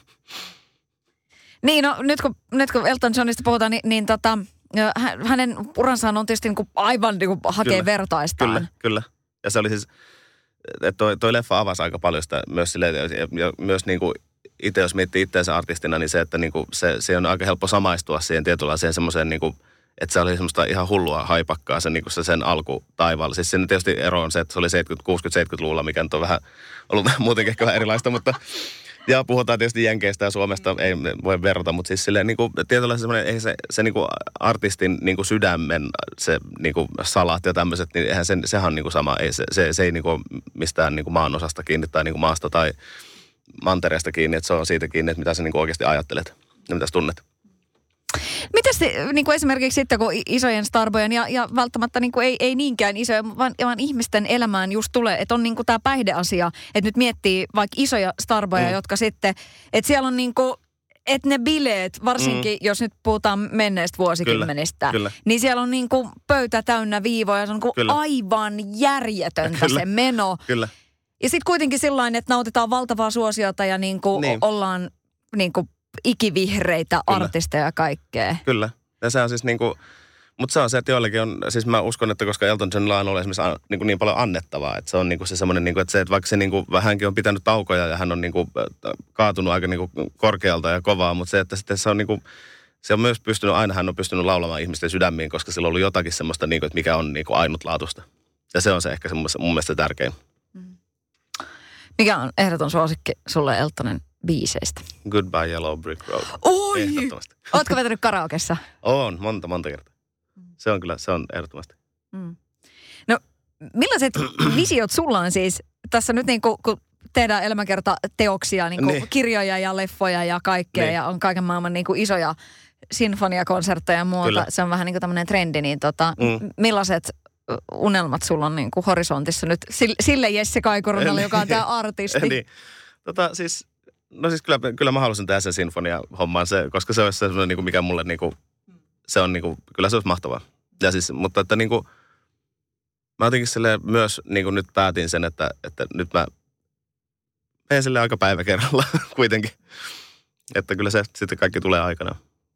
Niin, no nyt kun Elton Johnista puhutaan, niin hänen uransa on tietysti aivan hakee vertaistaan. Kyllä. Ja se oli siis, että toi leffa avasi aika paljon sitä myös silleen, ja myös niinku itse, jos miettii itseänsä artistina, niin se, että niinku se on aika helppo samaistua siihen tietynlaiseen semmoiseen niinku, että se oli semmoista ihan hullua haipakkaa niinku sen alkutaivaalla. Siis siinä tietysti ero on se, että se oli 60-70-luvulla, mikä nyt on vähän ollut muutenkin ehkä vähän erilaista, mutta ja puhutaan tietysti Jenkeistä ja Suomesta, ei voi verrata, mutta siis silleen niinku tietynlainen semmoinen, ei se niinku artistin niinku sydämen se niinku salat ja tämmöiset, niin eihän sehän on niinku sama, ei se ei niinku mistään niinku maanosasta kiinni tai niinku maasta tai mantereesta kiinni, että se on siitä kiinni, että mitä sä niinku oikeasti ajattelet ja mitä sä tunnet. Mitäs niin esimerkiksi sitten, kun isojen starbojen ja välttämättä niin ei niinkään isoja, vaan ihmisten elämään just tulee, että on niin tämä päihdeasia, että nyt miettii vaikka isoja starboja, jotka sitten, että siellä on niin kuin, että ne bileet, varsinkin jos nyt puhutaan menneistä vuosikymmenistä, kyllä. Niin siellä on niin kuin pöytä täynnä viivoja, se on niin aivan järjetöntä se meno. Kyllä. Ja sitten kuitenkin sillain, että nautitaan valtavaa suosiota ja niin kuin ollaan niin kuin ikivihreitä artisteja ja kaikkea. Kyllä. Ja se on siis niinku, mutta se on se, että joillekin on, siis mä uskon, että koska Elton Johnilla on ollut esimerkiksi niin paljon annettavaa, että se on niinku se semmoinen, niinku, että vaikka se niinku, hänkin on pitänyt taukoja ja hän on niinku kaatunut aika niinku korkealta ja kovaa, mutta se, että sitten se on niinku, se on myös pystynyt, aina hän on pystynyt laulamaan ihmisten sydämiin, koska sillä on ollut jotakin semmoista, niinku, että mikä on niinku ainutlaatuista. Ja se on se ehkä mun mielestä tärkein. Mikä on ehdoton suosikki sulle Eltonin biiseistä? Goodbye Yellow Brick Road. Oi! Ehdottomasti. Ootko vetänyt karaokessa? Oon, monta kertaa. Se on ehdottomasti. No, millaiset visiot sulla on siis tässä nyt niin kun tehdään elämänkertateoksia, niin kirjoja ja leffoja ja kaikkea ja on kaiken maailman niin isoja sinfoniakonsertteja ja muuta. Kyllä. Se on vähän niin kuin tämmöinen trendi, niin millaiset unelmat sulla on niin kuin horisontissa nyt sille Jesse Kaikurunalle, joka on tämä artisti? Niin. Siis kyllä mä haluaisin tehdä sen sinfonia-homman, koska se olisi sellainen, niin mikä mulle, niin kuin, se on, niin kuin, kyllä se olisi mahtavaa. Ja siis, mutta että niin kuin, mä jotenkin myös niin kuin nyt päätin sen, että nyt mä menen silleen aika päivä kerrallaan kuitenkin. Että kyllä se sitten kaikki tulee aikanaan.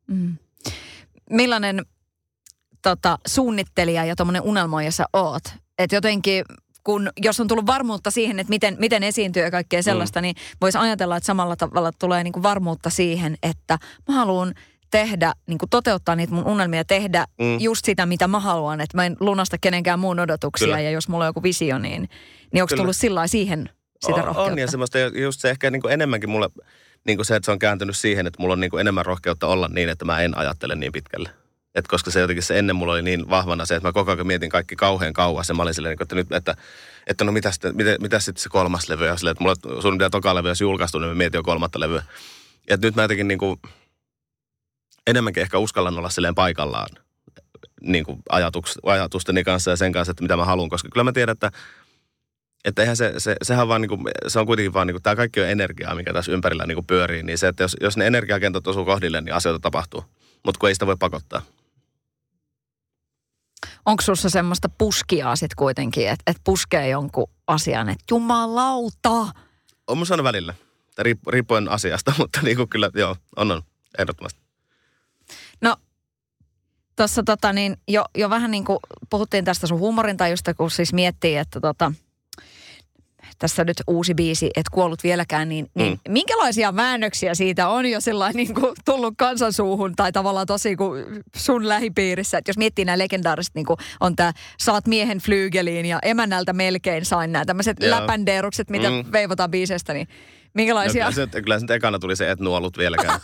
Millainen suunnittelija ja tommoinen unelmoija sä oot? Että jotenkin jos on tullut varmuutta siihen, että miten esiintyy ja kaikkea sellaista, niin voisi ajatella, että samalla tavalla tulee niin kuin varmuutta siihen, että mä haluan tehdä, niin kuin toteuttaa niitä mun unelmia, tehdä just sitä, mitä mä haluan, että mä en lunasta kenenkään muun odotuksia. Kyllä. Ja jos mulla on joku visio, niin onko tullut sillä siihen sitä rohkeutta? On ja semmoista, just se ehkä niin kuin enemmänkin mulle, niin kuin se, että se on kääntynyt siihen, että mulla on niin kuin enemmän rohkeutta olla niin, että mä en ajattele niin pitkälle. Et koska se jotenkin se ennen mulla oli niin vahvana se, että mä koko ajan mietin kaikki kauhean kauas. Ja mä olin silleen, että nyt, että no mitä sitten se kolmas levy? Ja silleen, että mulla suurin piirtein toka levy, jos julkaistu, niin mä mietin jo kolmatta levyä. Ja nyt mä jotenkin niin kuin enemmänkin ehkä uskallan olla silleen paikallaan niin kuin ajatusteni kanssa ja sen kanssa, että mitä mä haluan. Koska kyllä mä tiedän, että eihän sehän vaan niin kuin, se on kuitenkin vaan niin kuin, tämä kaikki on energiaa, mikä tässä ympärillä niin kuin pyörii. Niin se, että jos ne energiakentät osuu kohdille, niin asioita tapahtuu. Mutta kun ei sitä voi pakottaa. Onko sussa semmoista puskiaa sitten kuitenkin, että puskee jonkun asian, että jumalauta? On mun aina välillä. Riippuen asiasta, mutta niin kuin kyllä, joo, on ehdottomasti. No, tuossa jo vähän niin kuin puhuttiin tästä sun huumorintajusta, kun siis miettii, että tässä nyt uusi biisi, et kuollut vieläkään, niin minkälaisia väännöksiä siitä on jo sellainen niin kuin tullut kansansuuhun tai tavallaan tosi kuin sun lähipiirissä, että jos miettii nämä legendaariset, niin kuin on tämä saat miehen flyygeliin ja emännältä melkein sain nämä tämmöiset läpändeerukset, mitä veivataan biisestä, niin minkälaisia? No, kyllä se ekana tuli se, et nuollut vieläkään.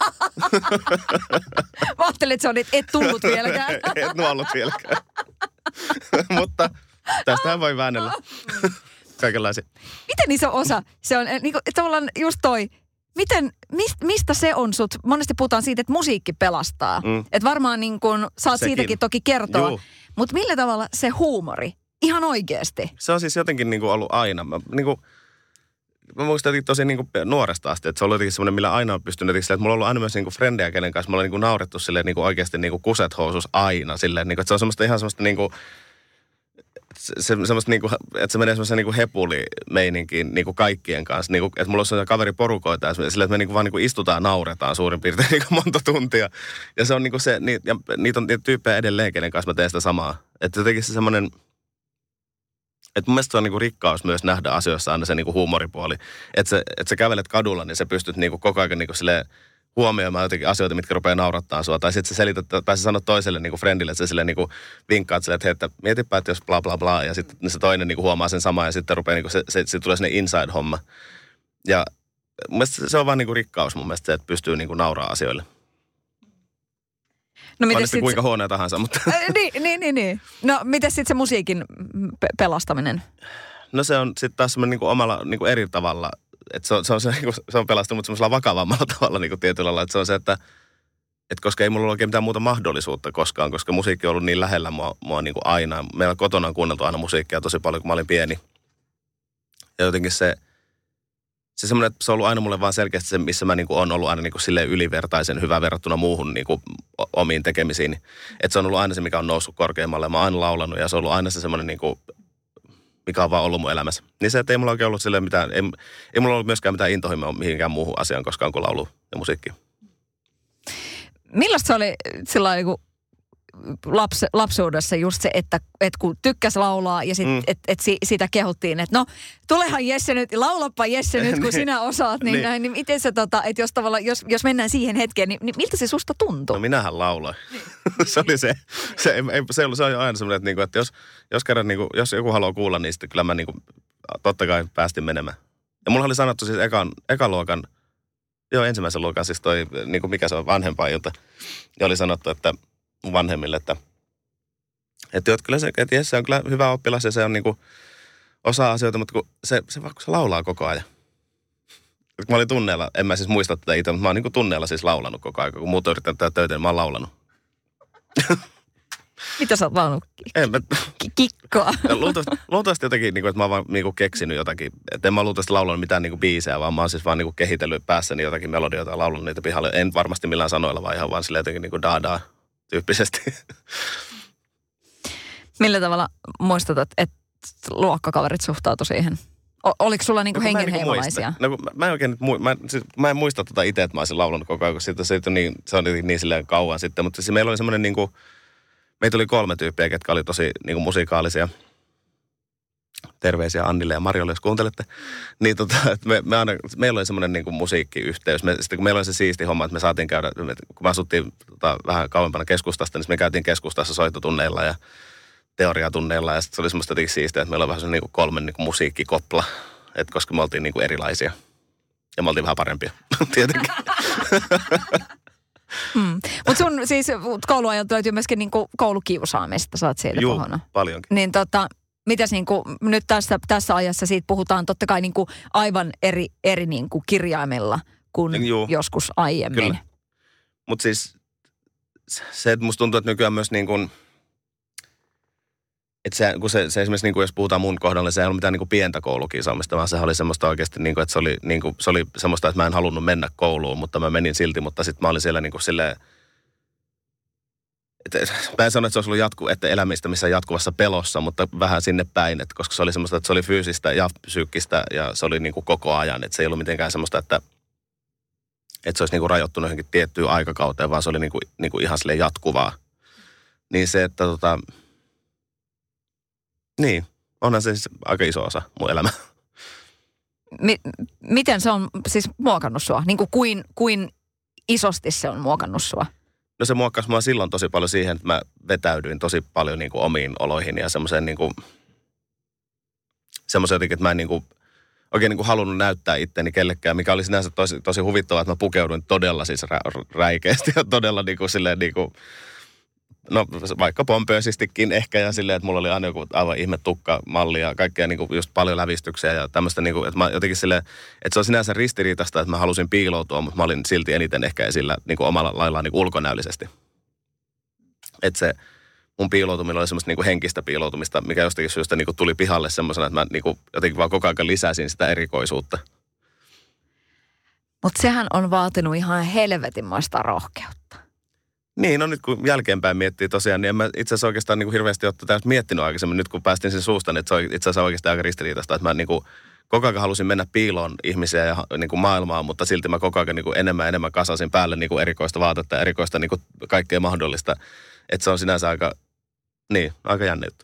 Mä ajattelin, että se on, et tullut vieläkään. Et nuollut vieläkään. Mutta tästähän voi väännellä. Kaikenlaisia. Miten iso osa se on, niin kuin, tavallaan just toi, mistä se on sut? Monesti puhutaan siitä, että musiikki pelastaa. Että varmaan niin kun, saat Sekin. siitäkin toki kertoa. Mutta millä tavalla se huumori? Ihan oikeasti. Se on siis jotenkin niin kuin ollut aina. Mä muistan jotenkin tosi niin kuin nuoresta asti, että se on ollut jotenkin semmoinen, millä aina on pystynyt jotenkin silleen, että mulla on ollut aina myös niin kuin frendejä, kenen kanssa me ollaan niin kuin naurettu silleen niin kuin oikeasti niin kuin kuset housus aina. Silleen, niin kuin, että se on semmoista ihan semmoista niin kuin, semmoista niin kuin, että se menee semmoisen niin kuin hepulimeininkiin niin kuin kaikkien kanssa. Niin kuin, että mulla on sellaisia kaveriporukoita ja silleen, että me niin kuin vaan niin kuin istutaan ja nauretaan suurin piirtein niin kuin monta tuntia. Ja se on niin kuin se, ja niitä on niitä tyyppejä edelleen, kenen kanssa mä teen sitä samaa. Että jotenkin se semmoinen, että mun mielestä se on niinku rikkaus myös nähdä asioissa aina se niinku huumoripuoli. Että sä kävelet kadulla, niin sä pystyt niinku koko ajan niinku silleen huomioimaan jotenkin asioita, mitkä rupeaa naurattaa sua. Tai sitten sä selität, tai sä sanot toiselle niinku friendille, että sä silleen niinku vinkkaat silleen, että hei, että mietipä, että jos bla bla bla. Ja sitten se toinen niinku huomaa sen samaa ja sitten rupeaa niinku, se tulee sinne inside-homma. Ja mun mielestä se on vaan niinku rikkaus mun mielestä se, että pystyy niinku nauraa asioille. No miten sitten kuinka huonoja tahansa, mutta Niin. No miten sitten se musiikin pelastaminen? No se on sitten taas semmoinen niinku omalla niinku eri tavalla, että se on pelastunut semmoisella vakavammalla tavalla niinku tietyllä lailla, että se on se, että koska ei mulla ole oikein mitään muuta mahdollisuutta koskaan, koska musiikki on ollut niin lähellä mua niinku aina. Meillä kotona on kuunneltu aina musiikkia tosi paljon, kun mä olin pieni. Ja jotenkin se semmoinen, että se on ollut aina mulle vaan selkeästi se, missä mä niinku on ollut aina niinku silleen ylivertaisen hyvä verrattuna muuhun niinku omiin tekemisiin. Että se on ollut aina se, mikä on noussut korkeammalle. Mä oon aina laulanut ja se on ollut aina se semmoinen niinku, mikä on vaan ollut mun elämässä. Niin se, että ei mulla oikein ollut silleen mitään, ei mulla ollut myöskään mitään intohimoa mihinkään muuhun asiaan koskaan kuin laulu ja musiikki. Millaista se oli sillä niinku lapsuudessa just se, että kun tykkäs laulaa ja sitä kehuttiin, että no tulehan Jesse nyt, laulappa Jesse nyt, kun sinä osaat, niin miten se että jos tavallaan, jos mennään siihen hetkeen, niin miltä se susta tuntuu? No minähän lauloin. Se oli se on aina semmoinen, että jos kerran jos joku haluaa kuulla, niin sitten kyllä mä totta kai päästin menemään. Ja mulla oli sanottu siis ekan luokan, ensimmäisen luokan siis toi, mikä se on, vanhempainilta. Ja oli sanottu, että mun vanhemmille, että kyllä se, että Jesse on kyllä hyvä oppilas ja se on osaa asioita, mutta kun se laulaa koko ajan. Kun mä olin tunneella, en mä siis muista tätä itse, mutta mä oon tunneella siis laulanut koko ajan. Kun muut on yrittänyt tehdä töitä, niin mä oon laulanut. Mitä sä oot laulanut? Kikkoa. Luultavasti jotenkin, että mä oon vaan keksinyt jotakin. Että en mä luultavasti laulanut mitään biisejä, vaan mä oon siis vaan kehitellyt päässäni jotakin melodioita ja laulanut niitä pihalle. En varmasti millään sanoilla, vaan ihan vaan silleen jotenkin daa tyyppisesti. Millä tavalla muistutat, että luokkakaverit suhtautu siihen? Oliko sulla hengenheimolaisia? Mä en oikein mä en muista itse, että mä olisin laulanut koko ajan, kun se on niin silleen kauan sitten. Mutta siis meillä oli semmoinen meitä oli 3 tyyppiä, ketkä oli tosi musikaalisia. Terveisiä Annille ja Marjolle, jos kuuntelette. Niin meillä oli semmoinen musiikkiyhteys. Sitten kun meillä oli se siisti homma, että me saatiin käydä, kun me asuttiin vähän kauempana keskustasta, niin me käytiin keskustassa soittotunneilla ja teoriatunneilla. Ja sitten se oli semmoista jotenkin siistiä, että meillä oli vähän semmoinen 3 musiikkikopla, että koska me oltiin erilaisia. Ja me oltiin vähän parempia, tietenkin. Mutta sun siis kouluajalta löytyy myöskin koulukiusaamista, sä oot siitä pohona. Joo, paljonkin. Niin mitäs nyt tässä ajassa siitä puhutaan totta kai aivan eri kirjaimella kuin joskus aiemmin. Kyllä. Mutta siis se, että musta tuntuu, että nykyään myös että se esimerkiksi jos puhutaan mun kohdalla, se ei ollut mitään pientä koulukiusaamista, vaan sehän oli semmoista oikeasti, että se oli semmoista, että mä en halunnut mennä kouluun, mutta mä menin silti, mutta sitten mä olin siellä silleen, mä en sano, että se olisi ollut että elämistä missä jatkuvassa pelossa, mutta vähän sinne päin, että koska se oli semmoista, että se oli fyysistä ja psyykkistä ja se oli koko ajan, että se ei ollut mitenkään semmoista, että se olisi rajoittunut johonkin tiettyyn aikakauteen, vaan se oli ihan silleen jatkuvaa. Niin se, että niin, onhan se siis aika iso osa mun elämää. Miten se on siis muokannut sua? Niin kuin isosti se on muokannut sua? No se muokkasi mua silloin tosi paljon siihen, että mä vetäydyin tosi paljon niin kuin omiin oloihin ja semmoiseen niin kuin, jotenkin, että mä en niin kuin, oikein niin kuin halunnut näyttää itteni kellekään, mikä oli sinänsä tosi huvittavaa, että mä pukeuduin todella siis räikeästi ja todella niin kuin silleen niin kuin, no vaikka pompöösistikin ehkä ja silleen, että mulla oli aina joku aivan ihme tukkamalli ja kaikkea niin kuin just paljon lävistyksiä ja tämmöistä niin kuin, että mä jotenkin silleen, että se on sinänsä ristiriitaista, että mä halusin piiloutua, mutta mä olin silti eniten ehkä esillä niin kuin omalla laillaan niin kuin ulkonäöllisesti. Että se mun piiloutuminen oli semmoista niin kuin henkistä piiloutumista, mikä jostakin syystä niin kuin tuli pihalle semmoisena, että mä niin kuin jotenkin vaan koko ajan lisäsin sitä erikoisuutta. Mutta sehän on vaatinut ihan helvetinmaista rohkeutta. Niin, no nyt kun jälkeenpäin miettii tosiaan, niin en mä itse asiassa oikeastaan niin kuin hirveästi ole tätä miettinyt aikaisemmin. Nyt kun päästin sen suusta, niin se on itse asiassa oikeastaan aika ristiriitaista, että mä niin kuin koko ajan halusin mennä piiloon ihmisiä ja niin kuin maailmaan, mutta silti mä koko ajan niin kuin enemmän kasasin päälle niin kuin erikoista vaatetta ja erikoista niin kuin kaikkea mahdollista. Että se on sinänsä aika jännä juttu.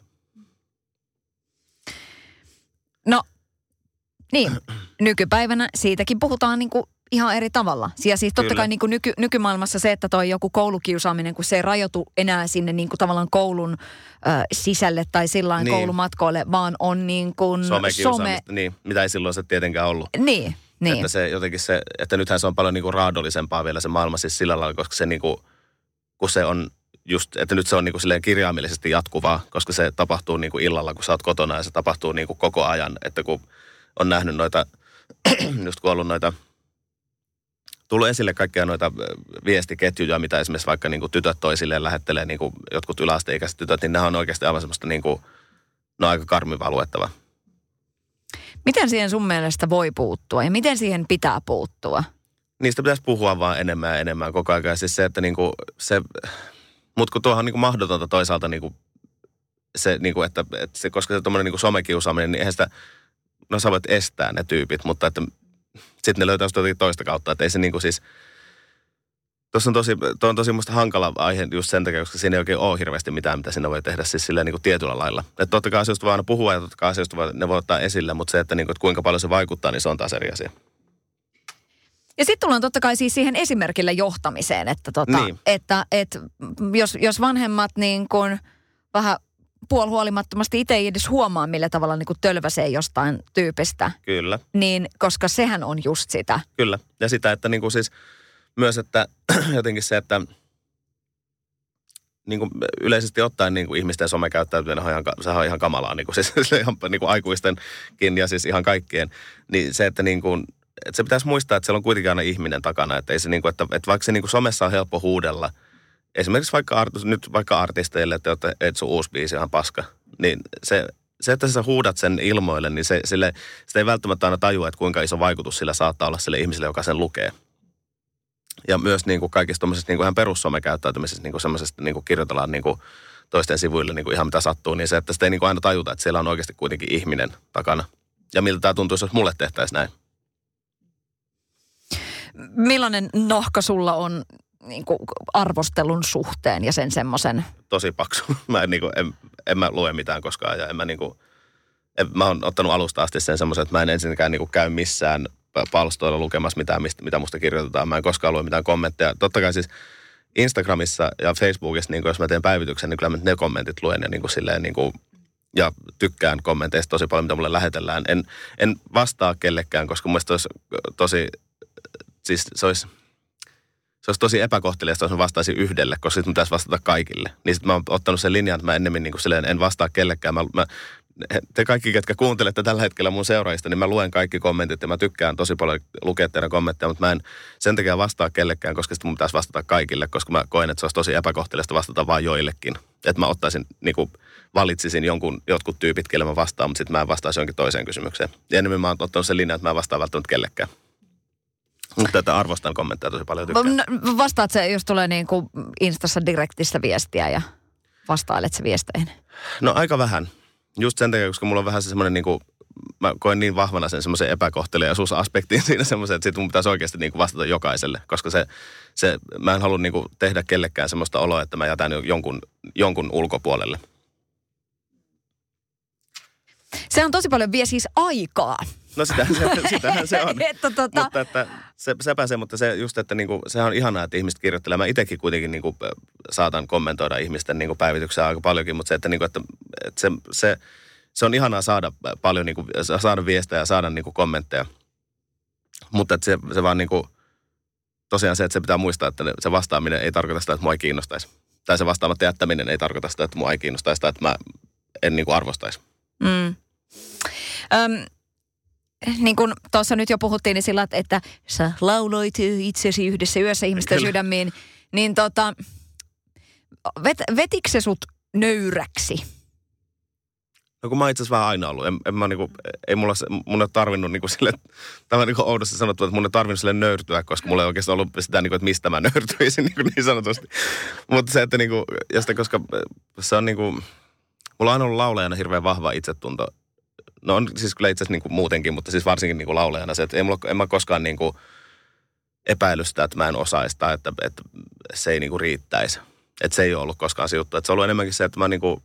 No, niin. Nykypäivänä siitäkin puhutaan niin kuin ihan eri tavalla. Ja siis totta kai niin kuin nykymaailmassa se, että toi joku koulukiusaaminen, kun se ei rajoitu enää sinne niin kuin tavallaan koulun sisälle tai sillain koulumatkoille, vaan on niin kuin somekiusaamista, niin, mitä ei silloin se tietenkään ollut. Niin. Että se jotenkin että nythän se on paljon niin kuin raadollisempaa vielä se maailma siis sillä lailla, koska se niin kuin, kun se on just, että nyt se on niin kuin silleen kirjaimellisesti jatkuvaa, koska se tapahtuu niin kuin illalla, kun sä oot kotona ja se tapahtuu niin kuin koko ajan, että kun on nähnyt noita, just kun on ollut noita, tullut esille kaikkia noita viestiketjuja, mitä esimerkiksi vaikka niin kuin tytöt toisilleen lähettelee, niin kuin jotkut yläasteikäiset tytöt, niin nehän on oikeasti aivan semmoista niin kuin, aika karmivaa luettavaa. Miten siihen sun mielestä voi puuttua ja miten siihen pitää puuttua? Niistä pitäisi puhua vaan enemmän ja enemmän koko ajan. Ja siis se, että niin kuin se, mutta kun tuohan on niin kuin mahdotonta toisaalta niin kuin se, niin kuin, että se, koska se tommoinen niin kuin somekiusaaminen, niin eihän sitä, no sä voit estää ne tyypit, mutta että sitten ne löytää jotenkin toista kautta, että ei se niin kuin siis, tuossa on tosi musta hankala aihe just sen takia, koska siinä ei oikein ole hirveästi mitään, mitä siinä voi tehdä siis silleen niin kuin tietyllä lailla. Että totta kai asioista voi aina puhua ja totta kai asioista ne voi ottaa esille, mutta se, että, niin kuin, että kuinka paljon se vaikuttaa, niin se on taas eri asia. Ja sitten tullaan totta kai siis siihen esimerkille johtamiseen, että, niin. että jos vanhemmat niin kuin vähän puolihuolimattomasti itse ei edes huomaa, millä tavalla niin kuin tölväsee jostain tyypistä. Kyllä. Niin, koska sehän on just sitä. Kyllä. Ja sitä, että niin kuin siis myös, että jotenkin se, että niin kuin yleisesti ottaen niin kuin ihmisten somekäyttäytyminen sehän on ihan kamalaa, niin kuin, siis ihan niin kuin aikuistenkin ja siis ihan kaikkien. Niin se, että niin kuin, että se pitäisi muistaa, että siellä on kuitenkin aina ihminen takana, että ei se niin kuin, että vaikka se niin kuin somessa on helppo huudella, esimerkiksi vaikka artisteille, että sun uusi biisi on ihan paska, niin se, että sä huudat sen ilmoille, niin se ei välttämättä aina tajua, että kuinka iso vaikutus sillä saattaa olla sille ihmiselle, joka sen lukee. Ja myös niin kuin kaikista tuommoisesta niin kuin ihan perussomekäyttäytymisessä, niin kuin semmoisesta niin kuin kirjoitellaan niin kuin toisten sivuille niin kuin ihan mitä sattuu, niin se, että sitä ei niin kuin aina tajuta, että siellä on oikeasti kuitenkin ihminen takana. Ja miltä tämä tuntuisi, jos mulle tehtäisiin näin. Millainen nahka sulla on niin kuin arvostelun suhteen ja sen semmoisen? Tosi paksu. En mä lue mitään koskaan ja mä oon ottanut alusta asti sen semmoisen, että mä en ensinnäkään niin kuin käy missään palstoilla lukemassa mitään, mitä musta kirjoitetaan. Mä en koskaan lue mitään kommentteja. Totta kai siis Instagramissa ja Facebookissa, niin jos mä teen päivityksen, niin kyllä mä ne kommentit luen ja, niin kuin silleen, niin kuin, ja tykkään kommenteista tosi paljon, mitä mulle lähetellään. En vastaa kellekään, koska mun mielestä se olisi tosi epäkohteliasta, jos mä vastaisin yhdelle, koska sitten pitäisi vastata kaikille. Niin sitten mä oon ottanut sen linjan, että mä ennemmin niin kuin silleen en vastaa kellekään. Te kaikki, ketkä kuuntelette tällä hetkellä mun seuraajista, niin mä luen kaikki kommentit ja mä tykkään tosi paljon lukea teidän kommentteja, mutta mä en sen takia vastaa kellekään, koska sitten mun pitäisi vastata kaikille, koska mä koen, että se olisi tosi epäkohteliasta vastata vain joillekin. Että mä ottaisin, niin kuin valitsisin jotkut tyypit, kelle mä vastaan, mutta sitten mä en vastaisi jonkin toiseen kysymykseen. Ja enemmän mä oon ottanut sen linjan, että mä en vastaa välttämättä kellekään. Mutta että arvostan kommentteja tosi paljon, tykkään. Vastaat se, jos tulee niin kuin Instassa direktistä viestiä ja vastailet se viesteihin? No aika vähän. Just sen takia, koska mulla on vähän se semmoinen niin kuin, mä koen niin vahvana sen semmoisen epäkohteliaisuusaspektiin siinä semmoisen, että sit mun pitäisi oikeasti niin kuin vastata jokaiselle. Koska mä en halua niin kuin tehdä kellekään semmoista oloa, että mä jätän jonkun ulkopuolelle. Se on tosi paljon vie siis aikaa. No sitähän se on. Mutta että sepä se, mutta se just, että niinku, sehän on ihanaa, että ihmiset kirjoittelee. Mä itsekin kuitenkin niinku, saatan kommentoida ihmisten niinku, päivityksiä aika paljonkin, mutta se, että, niinku, että se on ihanaa saada paljon, niinku, saada viestejä ja saada niinku, kommentteja. Mutta että se vaan niinku, tosiaan se, että se pitää muistaa, että se vastaaminen ei tarkoita sitä, että mua ei kiinnostaisi. Tai se vastaamatta jättäminen ei tarkoita sitä, että mua ei kiinnostaisi tai että mä en niinku, arvostaisi. Niin kuin tuossa nyt jo puhuttiin, niin sillä, että sä lauloit itsesi yhdessä yössä ihmisten sydämiin, niin vetikö se sut nöyräksi? No kun mä itse asiassa vähän aina ollut. Mun ei tarvinnut niinku sille, tämä on niinku oudosti sanottu, että mun ei tarvinnut sille nöyrtyä, koska mulla ei oikeastaan ollut sitä, niinku, että mistä mä nöyrtyisin niin sanotusti. Mutta se, että niinku, koska se on niinku, mulla on aina ollut laulajana hirveän vahva itsetunto. No on siis kyllä itse asiassa niinku muutenkin, mutta siis varsinkin niinku laulajana se, että en mä koskaan niinku epäily sitä, että mä en osaisi tai että se ei niinku riittäisi. Että se ei ole ollut koskaan se juttu. Että se on ollut enemmänkin se, että mä niinku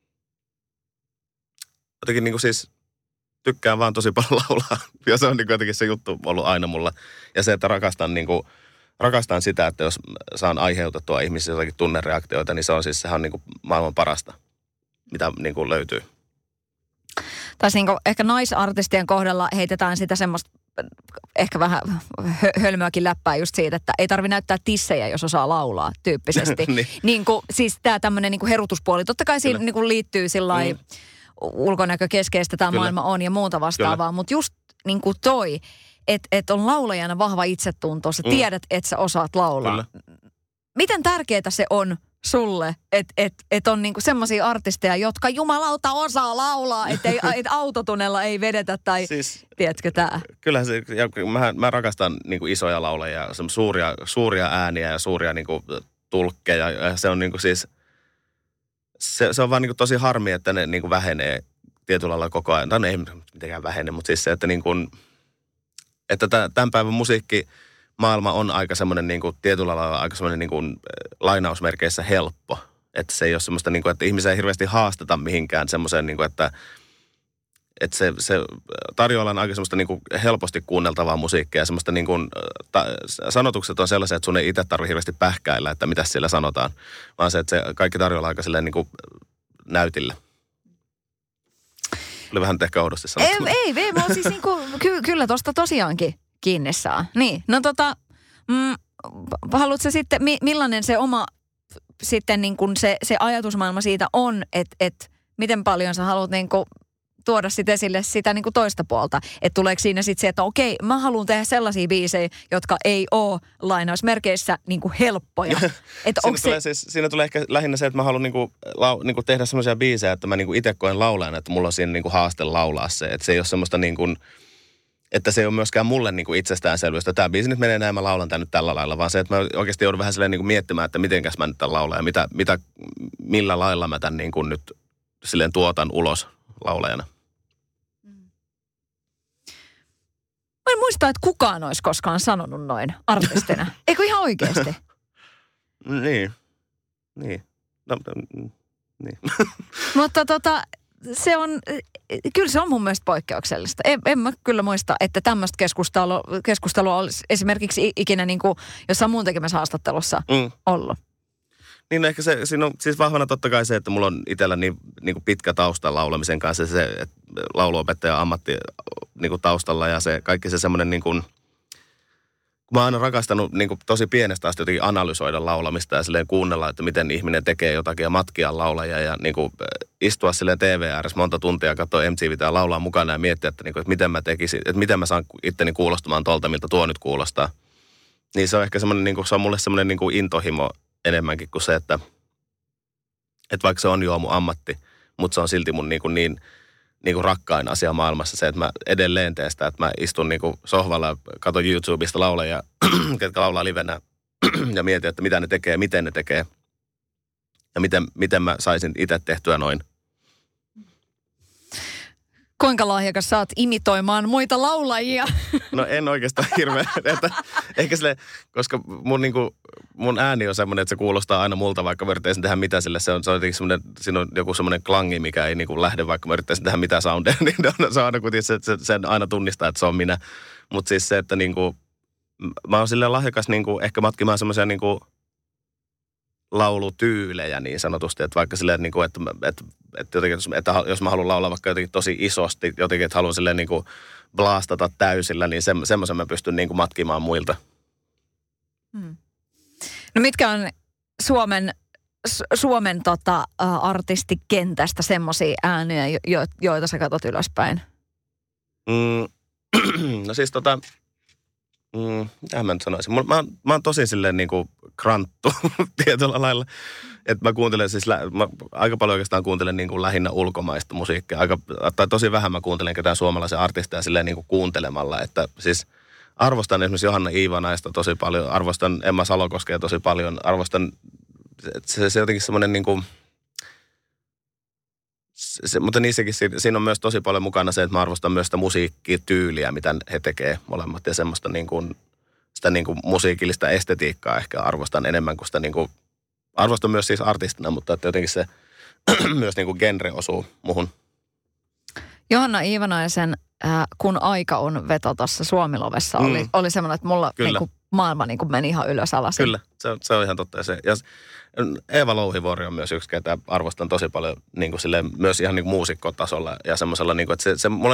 jotenkin niinku siis tykkään vaan tosi paljon laulaa. Ja se on niinku jotenkin se juttu ollut aina mulla. Ja se, että rakastan sitä, että jos saan aiheutettua ihmisiä jotakin tunnereaktioita, niin sehän on niinku maailman parasta, mitä niinku löytyy. Tai niin ehkä naisartistien kohdalla heitetään sitä semmoista ehkä vähän hölmöäkin läppää just siitä, että ei tarvitse näyttää tissejä, jos osaa laulaa tyyppisesti. niin kuin, siis tämä tämmöinen niin kuin herutuspuoli. Totta kai siinä niin kuin liittyy sillai ulkonäkö keskeistä tämä maailma on ja muuta vastaavaa. Mutta just niin kuin toi, että on laulajana vahva itsetunto. Sä tiedät, että sä osaat laulaa. Kyllä. Miten tärkeää se on sulle, että on niinku semmoisia artisteja, jotka jumalauta osaa laulaa, että autotunella ei vedetä tai siis, tiedätkö tää? Kyllähän se, mä rakastan niinku isoja laulajia, suuria ääniä ja suuria niinku tulkkeja ja se on niinku siis, se on vaan niinku tosi harmi, että ne niinku vähenee tietyllä lailla koko ajan. Tai ne ei mitenkään vähene, mutta siis se, että niinku, että tämän päivän maailma on aika semmoinen niinku, tietyllä lailla aika semmoinen niinku, lainausmerkeissä helppo. Että se ei ole semmoista, niinku, että ihmisiä ei hirveästi haasteta mihinkään semmoiseen, niinku, että se tarjoillaan aika semmoista niinku, helposti kuunneltavaa musiikkia. Semmoista niinku, sanotukset on sellaisia, että sun ei itse tarvitse hirveästi pähkäillä, että mitä siellä sanotaan. Vaan se, että se kaikki tarjoillaan aika silleen niinku, näytillä. Oli vähän ehkä oudosti sanottu. Ei, mä oon siis niinku, kyllä tosta tosiaankin kiinni saa. Niin, no haluatko sitten, millainen se oma sitten niin kuin se ajatusmaailma siitä on, että miten paljon sä haluat niin kuin tuoda sit esille sitä niin kuin toista puolta. Että tuleeko siinä sitten se, että okei, mä haluan tehdä sellaisia biisejä, jotka ei ole lainausmerkeissä niin kuin helppoja. Siinä tulee ehkä lähinnä se, että mä haluan niin kuin tehdä semmoisia biisejä, että mä niin kuin itse koen laulajana, että mulla on siinä niin kuin haaste laulaa se. Että se ei ole semmoista niin kuin, että se ei ole myöskään mulle niin kuin itsestäänselvyys, että tämä biisi nyt menee näin, mä laulan tämän nyt tällä lailla, vaan se, että mä oikeasti joudun vähän silleen niin kuin miettimään, että mitenkäs mä nyt tämän laulan ja millä lailla mä tämän niin kuin nyt silleen tuotan ulos laulajana. Mä en muista, että kukaan olisi koskaan sanonut noin artistina. Eikö ihan oikeasti? Niin. No, niin. Mutta kyllä se on mun mielestä poikkeuksellista. En mä kyllä muista, että tämmöistä keskustelua olisi esimerkiksi ikinä niin kuin jossain muun tekemässä haastattelussa ollut. Niin ehkä siinä on siis vahvana totta kai se, että mulla on itsellä niin kuin pitkä tausta laulamisen kanssa. Se, että lauluopettaja ammatti niin kuin taustalla ja se kaikki se semmoinen niin kuin, mä oon aina rakastanut niin kuin tosi pienestä asti jotenkin analysoida laulamista ja silleen kuunnella, että miten ihminen tekee jotakin ja matkia laulajia ja niin kuin istua silleen TV ääressä monta tuntia, katsoa MTVtä ja laulaa mukana ja miettiä, että, niin kuin, että miten mä tekisin, että miten mä saan itteni kuulostumaan tolta, miltä tuo nyt kuulostaa. Niin se on ehkä semmoinen, niin kuin, se on mulle semmoinen niin kuin intohimo enemmänkin kuin se, että vaikka se on jo mun ammatti, mutta se on silti mun niin kuin rakkain asia maailmassa se, että mä edelleen teen sitä, että mä istun niin kuin sohvalla ja katson YouTubesta laulajia, ketkä laulaa livenä ja mietin, että mitä ne tekee, miten ne tekee ja miten mä saisin itse tehtyä noin. Kuinka lahjakas sä oot imitoimaan muita laulajia? No en oikeastaan hirveän. Ehkä sille, koska mun ääni on semmoinen, että se kuulostaa aina multa, vaikka mä yrittäisin tehdä mitä sille. Se on jotenkin semmoinen, siinä on joku semmoinen klangi, mikä ei niin lähde, vaikka mä yrittäisin tehdä mitä soundia. Niin se on aina kuitenkin, sen aina tunnistaa, että se on minä. Mutta siis se, että niin kuin, mä oon silleen lahjakas niin kuin, ehkä matkimaan semmoisia niin kuin laulutyylejä niin sanotusti. Että vaikka silleen, että jotenkin, että jos mä haluan laulaa vaikka jotenkin tosi isosti, jotenkin, että haluan silleen niin kuin blastata täysillä, niin semmoisen mä pystyn niin kuin matkimaan muilta. No mitkä on Suomen artistikentästä semmoisia ääniä, joita sä katsot ylöspäin? No siis mitähän mä nyt sanoisin? Mä oon tosi silleen niinku kranttu tietyllä lailla. Että mä kuuntelen siis, mä aika paljon oikeastaan kuuntelen niinku lähinnä ulkomaista musiikkia. Tai tosi vähän mä kuuntelen ketään suomalaisen artisteja silleen niinku kuuntelemalla. Että siis arvostan esimerkiksi Johanna Iivanaista tosi paljon, arvostan Emma Salokoskea tosi paljon, arvostan se jotenkin semmoinen niinku, mutta niissäkin siinä on myös tosi paljon mukana se, että mä arvostan myös sitä musiikkityyliä, mitä he tekee molemmat. Ja semmoista sitä musiikillista estetiikkaa ehkä arvostan enemmän kuin sitä arvostan myös siis artistina, mutta että jotenkin se myös genre osuu muhun. Johanna Iivanaisen Kun aika on veto tuossa Suomilovessa oli semmoinen, että mulla maailma meni ihan ylös alas. Kyllä, se on ihan totta. Ja Eeva Louhivuori on myös yksi, ketä arvostan tosi paljon myös ihan muusikkotasolla ja semmoisella, että se mulla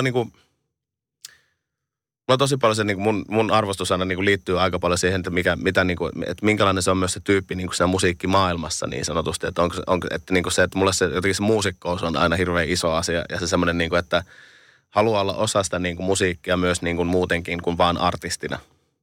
mulla tosi paljon se mun arvostus aina liittyy aika paljon siihen, että että minkälainen se on myös se tyyppi siinä musiikkimaailmassa niin sanotusti, että että mulle se jotenkin se muusikkous on aina hirveän iso asia ja se semmoinen että haluaa olla osa sitä musiikkia myös muutenkin kuin vaan artistina.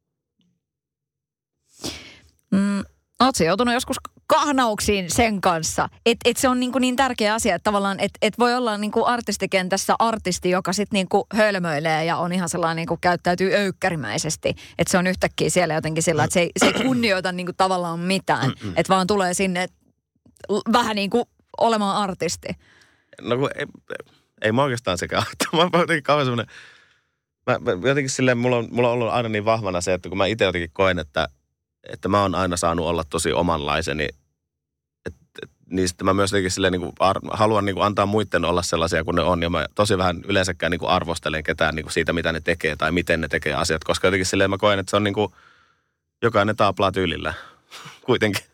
Ootko joutunut joskus kahnauksiin sen kanssa? Et se on niin tärkeä asia, että tavallaan et voi olla artistikentässä artisti, joka sitten hölmöilee ja on ihan sellainen käyttäytyy öykkärimäisesti. Että se on yhtäkkiä siellä jotenkin sillä, että se ei kunnioita tavallaan mitään. Että vaan tulee sinne vähän olemaan artisti. No ei mä oikeastaan sekään. Mä oon jotenkin kauan semmoinen, mä jotenkin silleen, mulla on ollut aina niin vahvana se, että kun mä itse jotenkin koen, että mä oon aina saanut olla tosi omanlaiseni, niin sitten mä myös jotenkin silleen haluan antaa muiden olla sellaisia kuin ne on, ja mä tosi vähän yleensäkään arvostelen ketään siitä, mitä ne tekee tai miten ne tekee asiat, koska jotenkin silleen mä koen, että se on jokainen taaplaa tyylillä kuitenkin.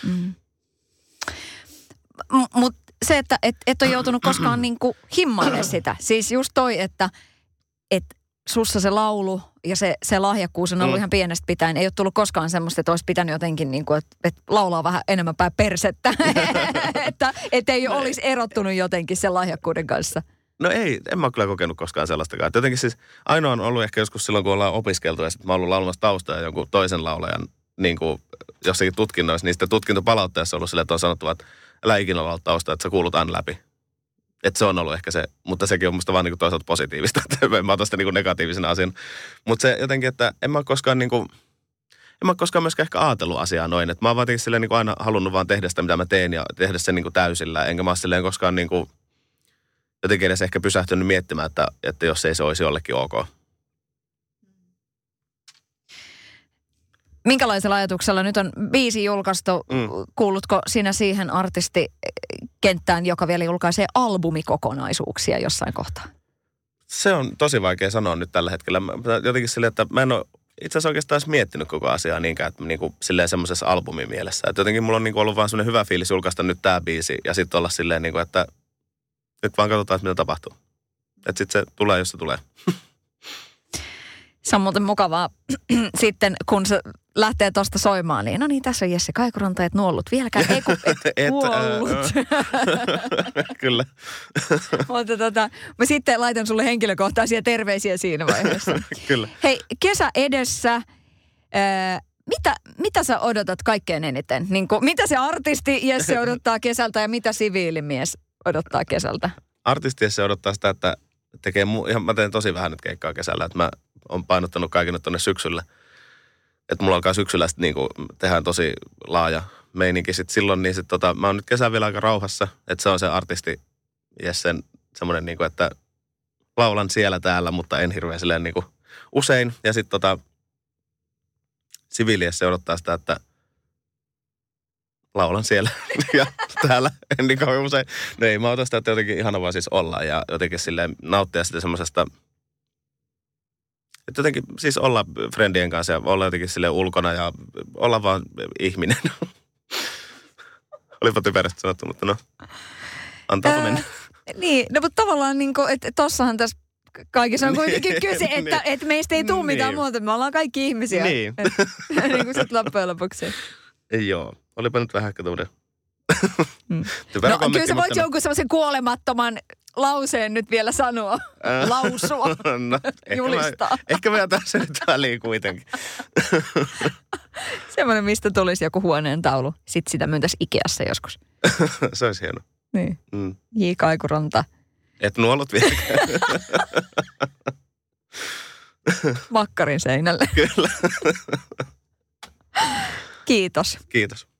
Mutta se, että et ole joutunut koskaan himmailemaan sitä. Siis just toi, että sussa se laulu ja se lahjakkuus on ollut ihan pienestä pitäen. Ei ole tullut koskaan semmoista, että olisi pitänyt jotenkin, että laulaa vähän enemmän päin persettä. että ei olisi erottunut jotenkin sen lahjakkuuden kanssa. No ei, en mä ole kyllä kokenut koskaan sellaistakaan. Että jotenkin siis ainoa on ollut ehkä joskus silloin, kun ollaan opiskeltu ja sitten mä oon ollut laulamassa taustaa jonkun toisen laulajan jossakin tutkinnoissa, niin sitten tutkintopalautteessa on ollut silleen, että on sanottu, että älä ikinä laulaa taustaa, että sä kuulut aina läpi. Että se on ollut ehkä se, mutta sekin on musta vaan toisaalta positiivista, että en mä ota sitä negatiivisena asiana. Mutta se jotenkin, että en mä koskaan myöskään ehkä ajatellut asiaa noin. Että mä oon vaan silleen aina halunnut vaan tehdä sitä, mitä mä teen ja tehdä sen täysillä. Enkä mä ole silleen koskaan jotenkin edes ehkä pysähtynyt miettimään, että jos ei se olisi jollekin ok. Minkälaisella ajatuksella nyt on biisi julkaistu? Kuulutko sinä siihen artistikenttään, joka vielä julkaisee albumikokonaisuuksia jossain kohtaa? Se on tosi vaikea sanoa nyt tällä hetkellä. Jotenkin silleen, että mä en ole itse asiassa oikeastaan edes miettinyt koko asiaa niinkään, että silleen semmoisessa albumin mielessä. Että jotenkin mulla on ollut vaan semmoinen hyvä fiilis julkaista nyt tää biisi ja sitten olla silleen, että nyt vaan katsotaan, että mitä tapahtuu. Että sitten se tulee, jos se tulee. Se on muuten mukavaa sitten, kun se lähtee tuosta soimaan, niin no niin, tässä on Jesse Kaikuranta, et nuollut vieläkään, ei kun et kuollut. Kyllä. Mutta mä sitten laitan sulle henkilökohtaisia terveisiä siinä vaiheessa. Kyllä. Hei, kesä edessä, mitä sä odotat kaikkein eniten? Mitä se artisti Jesse odottaa kesältä ja mitä siviilimies odottaa kesältä? Artisti Jesse odottaa sitä, että mä teen tosi vähän nyt keikkaa kesällä, että mä oon painottanut kaiken nyt tonne syksyllä. Että mulla alkaa syksyllä sitten tehdään tosi laaja meininki sitten silloin, niin sitten mä oon nyt kesän vielä aika rauhassa, että se on se artisti Jessen semmoinen että laulan siellä täällä, mutta en hirveän silleen niin kuin usein. Ja sitten siviiliessä odottaa sitä, että laulan siellä ja täällä en niin kauan usein. No ei, mä otan sitä, että jotenkin ihana vaan siis olla ja jotenkin silleen nauttia sitä semmoisesta, että jotenkin siis olla friendien kanssa ja olla jotenkin silleen ulkona ja olla vaan ihminen. Olipa typerästi sanottu, mutta no, antaa mennä. Niin, no mutta tavallaan niin kuin, että tossahan tässä kaikissa on kuitenkin kyse, että et meistä ei tule mitään muuta. Me ollaan kaikki ihmisiä. Niin. Niin kuin sitten loppujen lopuksi. Joo, olipa nyt vähän ehkä tämmöinen No kyllä sä voit jonkun semmoisen kuolemattoman lauseen nyt vielä sanoa. Lausua. No, julistaa. Ehkä mä jätän sen nyt väliin kuitenkin. Semmoinen, mistä tulisi joku huoneen taulu. Sitten sitä myyntäisi Ikeassa joskus. Se olisi hieno. Niin. J. Kaikuranta. Et nuolut vieläkään. Makkarin seinälle. Kyllä. Kiitos. Kiitos.